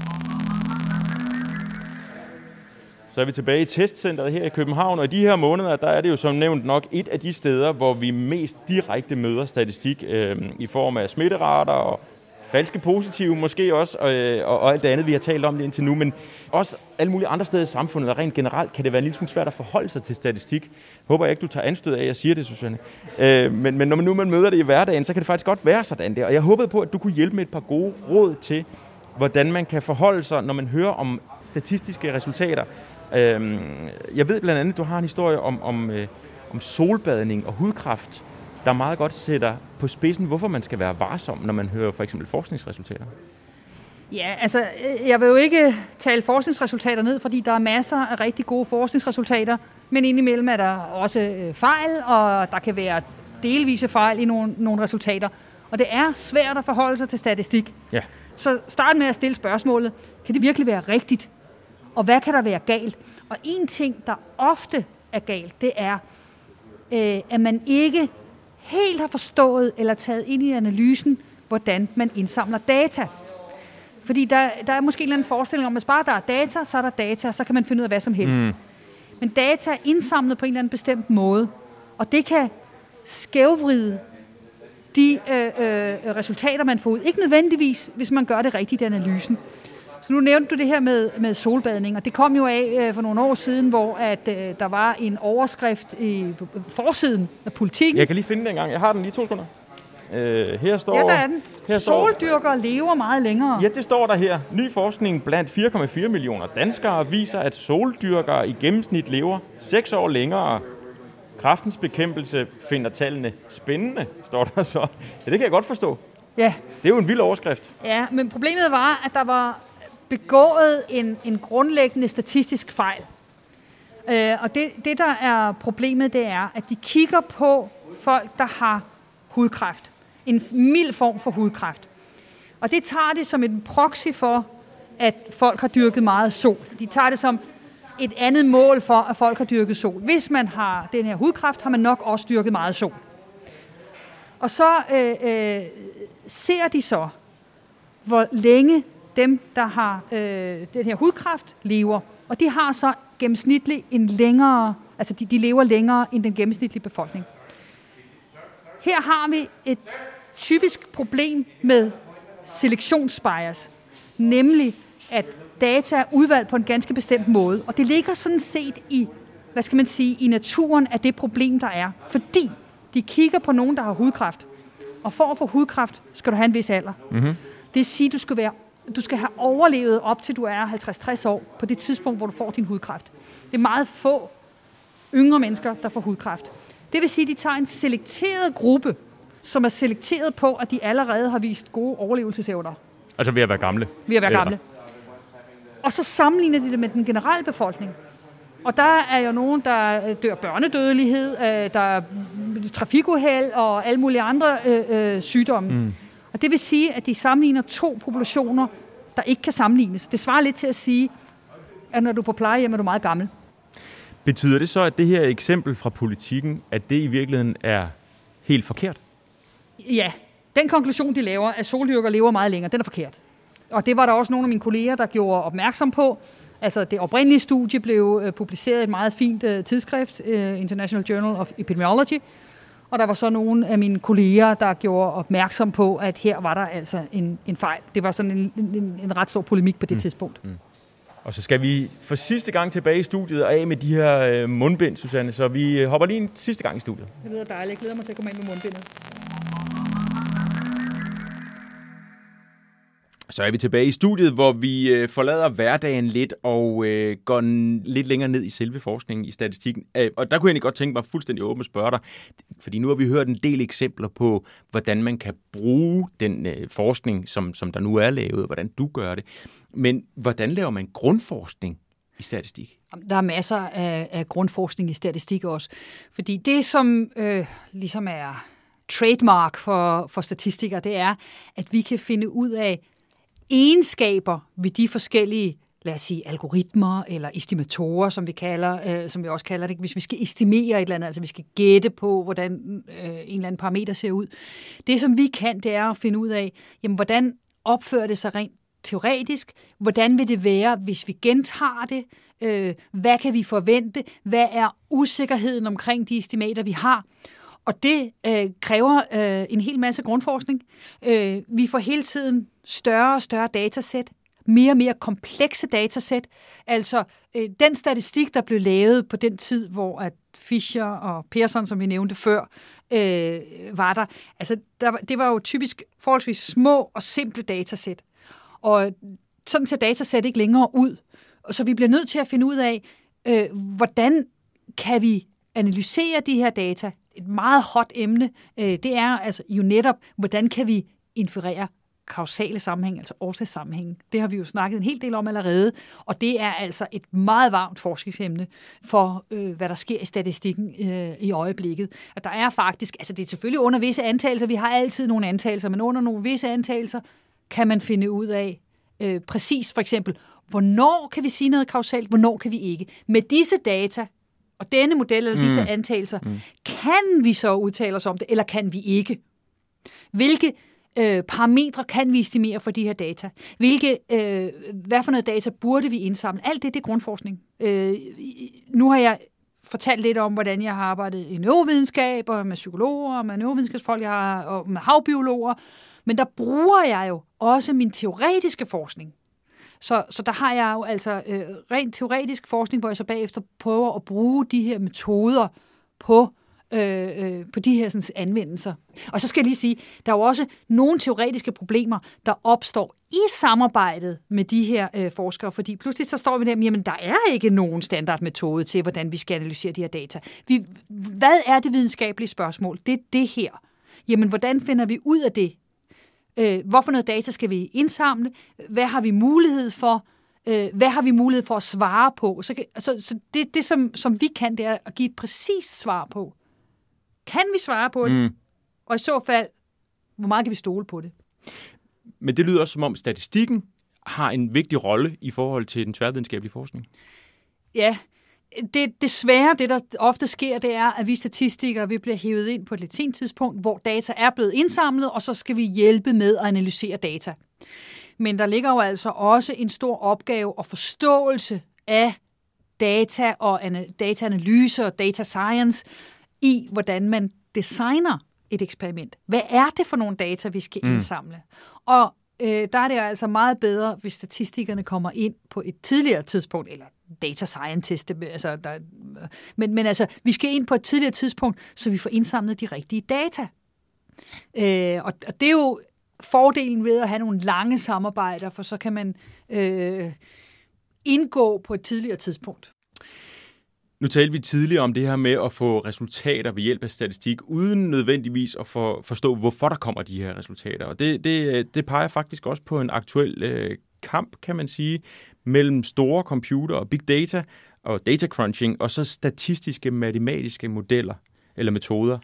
Så er vi tilbage i testcenteret her i København, og i de her måneder, der er det jo som nævnt nok et af de steder, hvor vi mest direkte møder statistik øh, i form af smitterater og falske positive måske også, og, og, og alt det andet, vi har talt om det indtil nu, men også alle mulige andre steder i samfundet, og rent generelt kan det være en lille smule svært at forholde sig til statistik. Håber jeg ikke, du tager anstød af, at jeg siger det, Susanne. Øh, men, men når man nu man møder det i hverdagen, så kan det faktisk godt være sådan der, og jeg håbede på, at du kunne hjælpe med et par gode råd til, hvordan man kan forholde sig, når man hører om statistiske resultater. Jeg ved blandt andet, at du har en historie om, om, om solbadning og hudkræft, der meget godt sætter på spidsen, hvorfor man skal være varsom, når man hører for eksempel forskningsresultater. Ja, altså, jeg vil jo ikke tale forskningsresultater ned, fordi der er masser af rigtig gode forskningsresultater, men indimellem er der også fejl, og der kan være delvise fejl i nogle, nogle resultater. Og det er svært at forholde sig til statistik. Ja. Så start med at stille spørgsmålet, kan det virkelig være rigtigt? Og hvad kan der være galt? Og en ting, der ofte er galt, det er, øh, at man ikke helt har forstået eller taget ind i analysen, hvordan man indsamler data. Fordi der, der er måske en eller anden forestilling om, at bare der er data, så er der data, så kan man finde ud af hvad som helst. Mm. Men data er indsamlet på en eller anden bestemt måde, og det kan skævvride de øh, øh, resultater, man får ud. Ikke nødvendigvis, hvis man gør det rigtigt i analysen. Så nu nævnte du det her med, med solbadning, og det kom jo af øh, for nogle år siden, hvor at, øh, der var en overskrift i forsiden af Politiken. Jeg kan lige finde den en gang. Jeg har den lige to sekunder. Øh, her står... Ja, der er den. Her står, Soldyrkere lever meget længere. Ja, det står der her. Ny forskning blandt fire komma fire millioner danskere viser, at soldyrkere i gennemsnit lever seks år længere. Kræftens bekæmpelse finder tallene spændende, står der så. Ja, det kan jeg godt forstå. Ja. Det er jo en vild overskrift. Ja, men problemet var, at der var begået en, en grundlæggende statistisk fejl. Øh, og det, det, der er problemet, det er, at de kigger på folk, der har hudkræft. En mild form for hudkræft. Og det tager det som en proxy for, at folk har dyrket meget sol. De tager det som et andet mål for, at folk har dyrket sol. Hvis man har den her hudkræft, har man nok også dyrket meget sol. Og så øh, øh, ser de så, hvor længe dem, der har øh, den her hudkræft, lever. Og de har så gennemsnitligt en længere, altså de, de lever længere end den gennemsnitlige befolkning. Her har vi et typisk problem med selektionsbias, nemlig at data er udvalgt på en ganske bestemt måde, og det ligger sådan set i, hvad skal man sige, i naturen af det problem, der er, fordi de kigger på nogen, der har hudkræft, og for at få hudkræft, skal du have en vis alder. Mm-hmm. Det vil sige, at du skal, være, du skal have overlevet op til du er halvtreds til tres år, på det tidspunkt, hvor du får din hudkræft. Det er meget få yngre mennesker, der får hudkræft. Det vil sige, at de tager en selekteret gruppe, som er selekteret på, at de allerede har vist gode overlevelsesevner. Altså ved at være gamle? Ved at være gamle. Og så sammenligner de det med den generelle befolkning. Og der er jo nogen, der dør børnedødelighed, der er trafikuheld og alle mulige andre øh, sygdomme. Mm. Og det vil sige, at de sammenligner to populationer, der ikke kan sammenlignes. Det svarer lidt til at sige, at når du er på plejehjem, er du meget gammel. Betyder det så, at det her eksempel fra Politiken, at det i virkeligheden er helt forkert? Ja, den konklusion, de laver, at soldyrkere lever meget længere, den er forkert. Og det var der også nogle af mine kolleger, der gjorde opmærksom på. Altså det oprindelige studie blev uh, publiceret i et meget fint uh, tidsskrift, uh, International Journal of Epidemiology. Og der var så nogle af mine kolleger, der gjorde opmærksom på, at her var der altså en, en fejl. Det var sådan en, en, en ret stor polemik på det mm. tidspunkt. Mm. Og så skal vi for sidste gang tilbage i studiet og af med de her øh, mundbind, Susanne. Så vi hopper lige en sidste gang i studiet. Det lyder dejligt. Jeg glæder mig til at komme ind med mundbindet. Så er vi tilbage i studiet, hvor vi øh, forlader hverdagen lidt og øh, går n- lidt længere ned i selve forskningen i statistikken. Øh, og der kunne jeg egentlig godt tænke mig fuldstændig åbent at spørge dig, fordi nu har vi hørt en del eksempler på, hvordan man kan bruge den øh, forskning, som, som der nu er lavet, hvordan du gør det. Men hvordan laver man grundforskning i statistik? Der er masser af, af grundforskning i statistik også. Fordi det, som øh, ligesom er trademark for, for statistikere, det er, at vi kan finde ud af egenskaber ved de forskellige, lad os sige, algoritmer eller estimatorer, som vi kalder, øh, som vi også kalder det, hvis vi skal estimere et eller andet, altså vi skal gætte på, hvordan øh, en eller anden parameter ser ud. Det, som vi kan, det er at finde ud af, jamen, hvordan opfører det sig rent teoretisk? Hvordan vil det være, hvis vi gentager det? Øh, hvad kan vi forvente? Hvad er usikkerheden omkring de estimater, vi har? Og det øh, kræver øh, en hel masse grundforskning. Øh, vi får hele tiden større og større datasæt, mere og mere komplekse datasæt. Altså øh, den statistik, der blev lavet på den tid, hvor at Fischer og Persson, som vi nævnte før, øh, var der. Altså der, det var jo typisk forholdsvis små og simple datasæt. Og sådan ser datasæt ikke længere ud. Så vi bliver nødt til at finde ud af, øh, hvordan kan vi analysere de her data. Et meget hot emne, øh, det er altså jo netop, hvordan kan vi inferere kausale sammenhæng, altså årsagssammenhæng. Det har vi jo snakket en hel del om allerede, og det er altså et meget varmt forskningsemne for, øh, hvad der sker i statistikken øh, i øjeblikket. At der er faktisk, altså det er selvfølgelig under visse antagelser, vi har altid nogle antagelser, men under nogle visse antagelser kan man finde ud af øh, præcis for eksempel, hvornår kan vi sige noget kausalt, hvornår kan vi ikke. Med disse data, og denne model eller disse mm. antagelser, mm. kan vi så udtale os om det, eller kan vi ikke? Hvilke øh, parametre kan vi estimere for de her data? Hvilke, øh, hvad for noget data burde vi indsamle? Alt det, det er grundforskning. Øh, nu har jeg fortalt lidt om, hvordan jeg har arbejdet i neurovidenskab, og med psykologer, og med neurovidenskabsfolk, jeg har, og med havbiologer, men der bruger jeg jo også min teoretiske forskning, Så, så der har jeg jo altså øh, rent teoretisk forskning, hvor jeg så bagefter prøver at bruge de her metoder på, øh, øh, på de her sådan, anvendelser. Og så skal jeg lige sige, der er jo også nogle teoretiske problemer, der opstår i samarbejdet med de her øh, forskere, fordi pludselig så står vi der, jamen der er ikke nogen standardmetode til, hvordan vi skal analysere de her data. Vi, hvad er det videnskabelige spørgsmål? Det er det her. Jamen, hvordan finder vi ud af det? Øh, hvorfor noget data skal vi indsamle? Hvad har vi mulighed for? Øh, hvad har vi mulighed for at svare på? Så, så, så det, det som, som vi kan, det er at give et præcist svar på. Kan vi svare på det? Mm. Og i så fald, hvor meget kan vi stole på det? Men det lyder også som om statistikken har en vigtig rolle i forhold til den tværvidenskabelige forskning. Ja, det, desværre det, der ofte sker, det er, at vi statistikere vi bliver hævet ind på et lidt sent tidspunkt, hvor data er blevet indsamlet, og så skal vi hjælpe med at analysere data. Men der ligger jo altså også en stor opgave og forståelse af data og dataanalyse og data science i, hvordan man designer et eksperiment. Hvad er det for nogle data, vi skal indsamle? Mm. Og øh, der er det altså meget bedre, hvis statistikerne kommer ind på et tidligere tidspunkt, eller data scientist, altså der, men, men altså, vi skal ind på et tidligere tidspunkt, så vi får indsamlet de rigtige data. Øh, og, og det er jo fordelen ved at have nogle lange samarbejder, for så kan man øh, indgå på et tidligere tidspunkt. Nu talte vi tidligere om det her med at få resultater ved hjælp af statistik, uden nødvendigvis at for, forstå, hvorfor der kommer de her resultater. Og det, det, det peger faktisk også på en aktuel øh, kamp, kan man sige, mellem store computer og big data og data crunching, og så statistiske matematiske modeller eller metoder.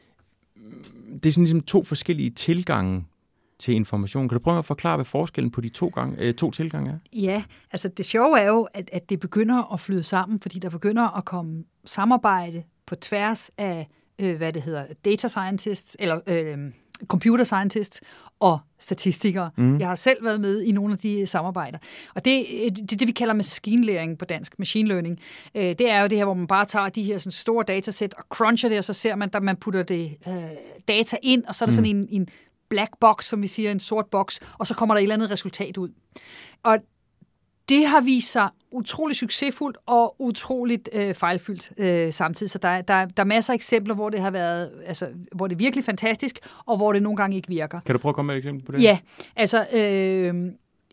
Det er sådan ligesom to forskellige tilgange til information. Kan du prøve at forklare, hvad forskellen på de to, gang, øh, to tilgange er? Ja, altså det sjove er jo, at, at det begynder at flyde sammen, fordi der begynder at komme samarbejde på tværs af, øh, hvad det hedder, data scientists, eller øh, computer scientists og statistikere. Mm. Jeg har selv været med i nogle af de samarbejder. Og det, det, det vi kalder maskinlæring på dansk, machine learning, øh, det er jo det her, hvor man bare tager de her sådan, store datasæt og cruncher det, og så ser man, at man putter det øh, data ind, og så er der mm. sådan en, en black box, som vi siger, en sort boks, og så kommer der et eller andet resultat ud. Og det har vist sig utrolig succesfuldt og utroligt øh, fejlfyldt øh, samtidig. Så der, der, der er masser af eksempler, hvor det har været, altså, hvor det er virkelig fantastisk, og hvor det nogle gange ikke virker. Kan du prøve at komme med et eksempel på det? Ja, altså øh,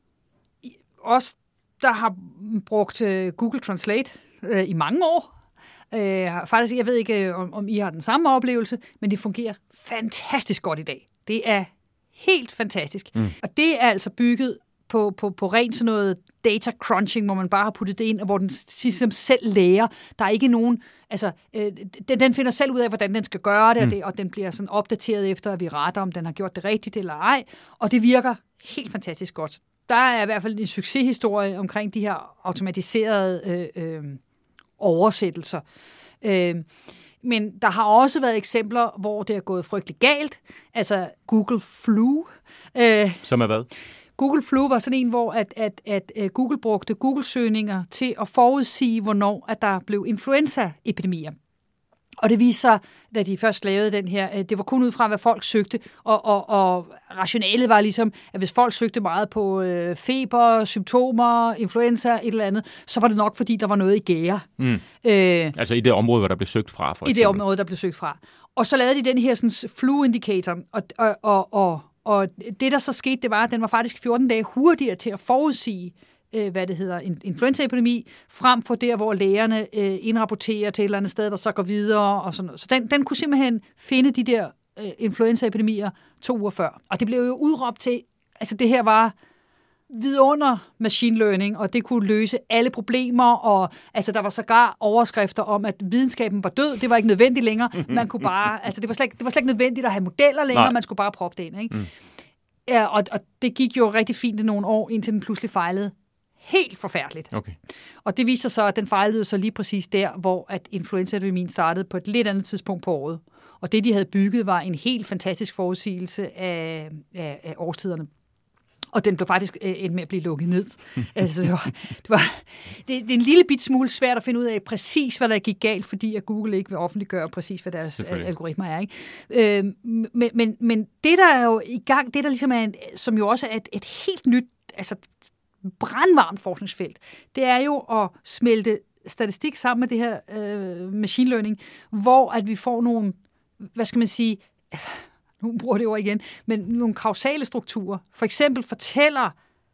os, der har brugt øh, Google Translate øh, i mange år, øh, faktisk, jeg ved ikke, om, om I har den samme oplevelse, men det fungerer fantastisk godt i dag. Det er helt fantastisk. Mm. Og det er altså bygget på, på, på rent sådan noget data crunching, hvor man bare har puttet det ind, og hvor den ligesom selv lærer. Der er ikke nogen, altså, øh, den, den finder selv ud af, hvordan den skal gøre det, mm. og, det, og den bliver sådan opdateret efter, at vi retter, om den har gjort det rigtigt eller ej. Og det virker helt fantastisk godt. Der er i hvert fald en succeshistorie omkring de her automatiserede øh, øh, oversættelser. Øh, Men der har også været eksempler, hvor det er gået frygtelig galt. Altså Google Flu. Øh, Som er hvad? Google Flu var sådan en, hvor at, at, at, at Google brugte Google-søgninger til at forudsige, hvornår at der blev influenzaepidemier. Og det viser sig, da de først lavede den her, det var kun ud fra, hvad folk søgte, og, og, og rationalet var ligesom, at hvis folk søgte meget på øh, feber, symptomer, influenza, et eller andet, så var det nok, fordi der var noget i gære. Mm. Øh, altså i det område, hvor der blev søgt fra, for I det område, der blev søgt fra. Og så lavede de den her sådan, flu-indikator, og, og, og, og, og det, der så skete, det var, at den var faktisk fjorten dage hurtigere til at forudsige, hvad det hedder, en influenzaepidemi, frem for der, hvor lægerne øh, indrapporterer til et eller andet sted, der så går videre og sådan noget. Så den, den kunne simpelthen finde de der øh, influenzaepidemier to uger før. Og det blev jo udråbt til, altså det her var vidunder machine learning, og det kunne løse alle problemer, og altså der var sågar overskrifter om, at videnskaben var død, det var ikke nødvendigt længere, man kunne bare, altså det var slet, det var slet ikke nødvendigt at have modeller længere, Nej. Man skulle bare proppe det ind, ikke? Mm. Ja, og, og det gik jo rigtig fint i nogle år, indtil den pludselig fejlede. Helt forfærdeligt. Okay. Og det viser sig, at den fejlede så lige præcis der, hvor at influenzaepidemien startede på et lidt andet tidspunkt på året. Og det, de havde bygget, var en helt fantastisk forudsigelse af, af, af årstiderne. Og den blev faktisk øh, endt med at blive lukket ned. altså, det, var, det, var, det, det er en lille bit smule svært at finde ud af præcis, hvad der gik galt, fordi at Google ikke vil offentliggøre præcis, hvad deres algoritmer er. Ikke? Øh, men, men, men det, der er jo i gang, det der ligesom er, en, som jo også er et, et helt nyt, altså brandvarmt forskningsfelt, det er jo at smelte statistik sammen med det her øh, machine learning, hvor at vi får nogle, hvad skal man sige, nu bruger det ord igen, men nogle kausale strukturer. For eksempel fortæller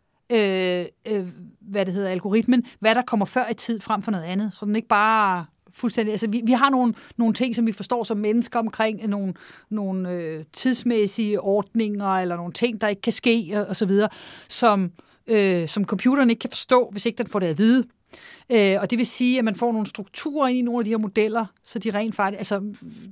øh, øh, hvad det hedder, algoritmen, hvad der kommer før i tid frem for noget andet. Så den ikke bare fuldstændig... Altså, vi, vi har nogle, nogle ting, som vi forstår som mennesker omkring, nogle, nogle øh, tidsmæssige ordninger, eller nogle ting, der ikke kan ske, og, og så videre, som, øh, som computeren ikke kan forstå, hvis ikke den får det at vide. Øh, og det vil sige, at man får nogle strukturer ind i nogle af de her modeller, så de rent faktisk altså,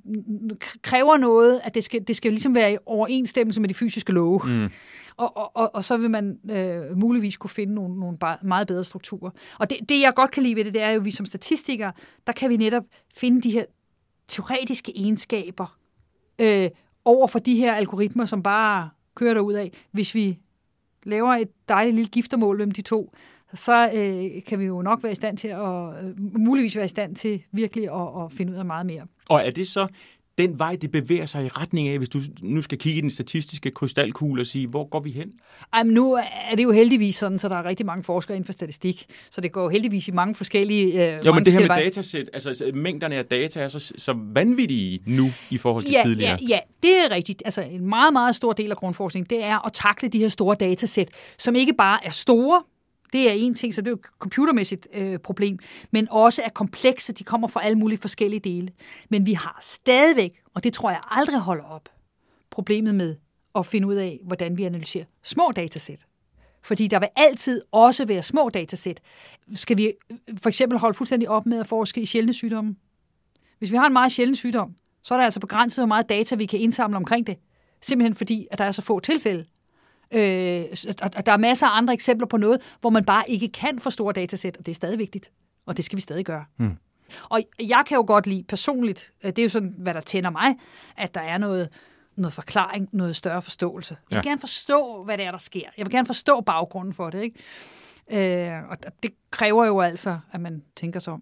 kræver noget, at det skal, det skal ligesom være i overensstemmelse med de fysiske love. Mm. Og, og, og, og så vil man øh, muligvis kunne finde nogle, nogle meget bedre strukturer. Og det, det, jeg godt kan lide ved det, det er jo, at vi som statistikere, der kan vi netop finde de her teoretiske egenskaber øh, over for de her algoritmer, som bare kører derudad. Hvis vi laver et dejligt lille giftermål mellem de to, så øh, kan vi jo nok være i stand til at, øh, muligvis være i stand til virkelig at, at finde ud af meget mere. Og er det så den vej, det bevæger sig i retning af, hvis du nu skal kigge i den statistiske krystalkugle og sige, hvor går vi hen? Ej, men nu er det jo heldigvis sådan, så der er rigtig mange forskere inden for statistik, så det går heldigvis i mange forskellige... Øh, jo, men det her med datasæt, altså mængderne af data er så, så vanvittige nu i forhold til ja, tidligere. Ja, ja, det er rigtigt. Altså en meget, meget stor del af grundforskning, det er at takle de her store datasæt, som ikke bare er store. Det er en ting, så det er jo et computermæssigt øh, problem, men også er komplekse. De kommer fra alle mulige forskellige dele. Men vi har stadigvæk, og det tror jeg aldrig holder op, problemet med at finde ud af, hvordan vi analyserer små datasæt. Fordi der vil altid også være små datasæt. Skal vi for eksempel holde fuldstændig op med at forske i sjældne sygdomme? Hvis vi har en meget sjælden sygdom, så er der altså begrænset, hvor meget data vi kan indsamle omkring det. Simpelthen fordi, at der er så få tilfælde. Øh, og der er masser af andre eksempler på noget, hvor man bare ikke kan få store datasæt, og det er stadig vigtigt, og det skal vi stadig gøre. Hmm. Og jeg kan jo godt lide personligt, det er jo sådan, hvad der tænder mig, at der er noget, noget forklaring, noget større forståelse. Jeg vil ja. gerne forstå, hvad det er, der sker. Jeg vil gerne forstå baggrunden for det, ikke? Øh, og det kræver jo altså, at man tænker sig om.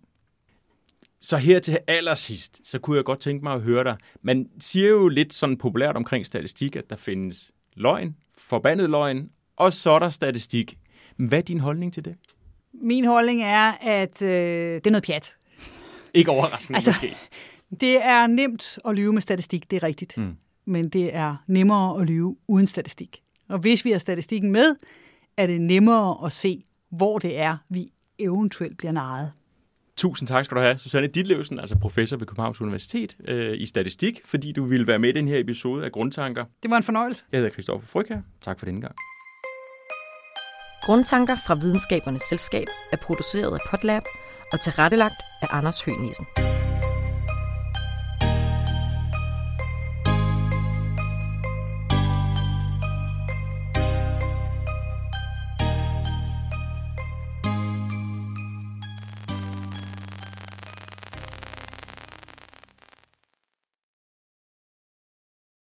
Så her til allersidst, så kunne jeg godt tænke mig at høre dig. Man siger jo lidt sådan populært omkring statistik, at der findes løgn, forbandet løgn, og så er der statistik. Hvad er din holdning til det? Min holdning er, at øh, det er noget pjat. Ikke overraskende altså, måske. Det er nemt at lyve med statistik, det er rigtigt. Mm. Men det er nemmere at lyve uden statistik. Og hvis vi har statistikken med, er det nemmere at se, hvor det er, vi eventuelt bliver narret. Tusind tak skal du have, Susanne Ditlevsen, altså professor ved Københavns Universitet øh, i statistik, fordi du ville være med i den her episode af Grundtanker. Det var en fornøjelse. Jeg hedder Christoffer Frøkjær. Tak for denne gang. Grundtanker fra Videnskabernes Selskab er produceret af Podlab og tilrettelagt af Anders Høgh Nielsen.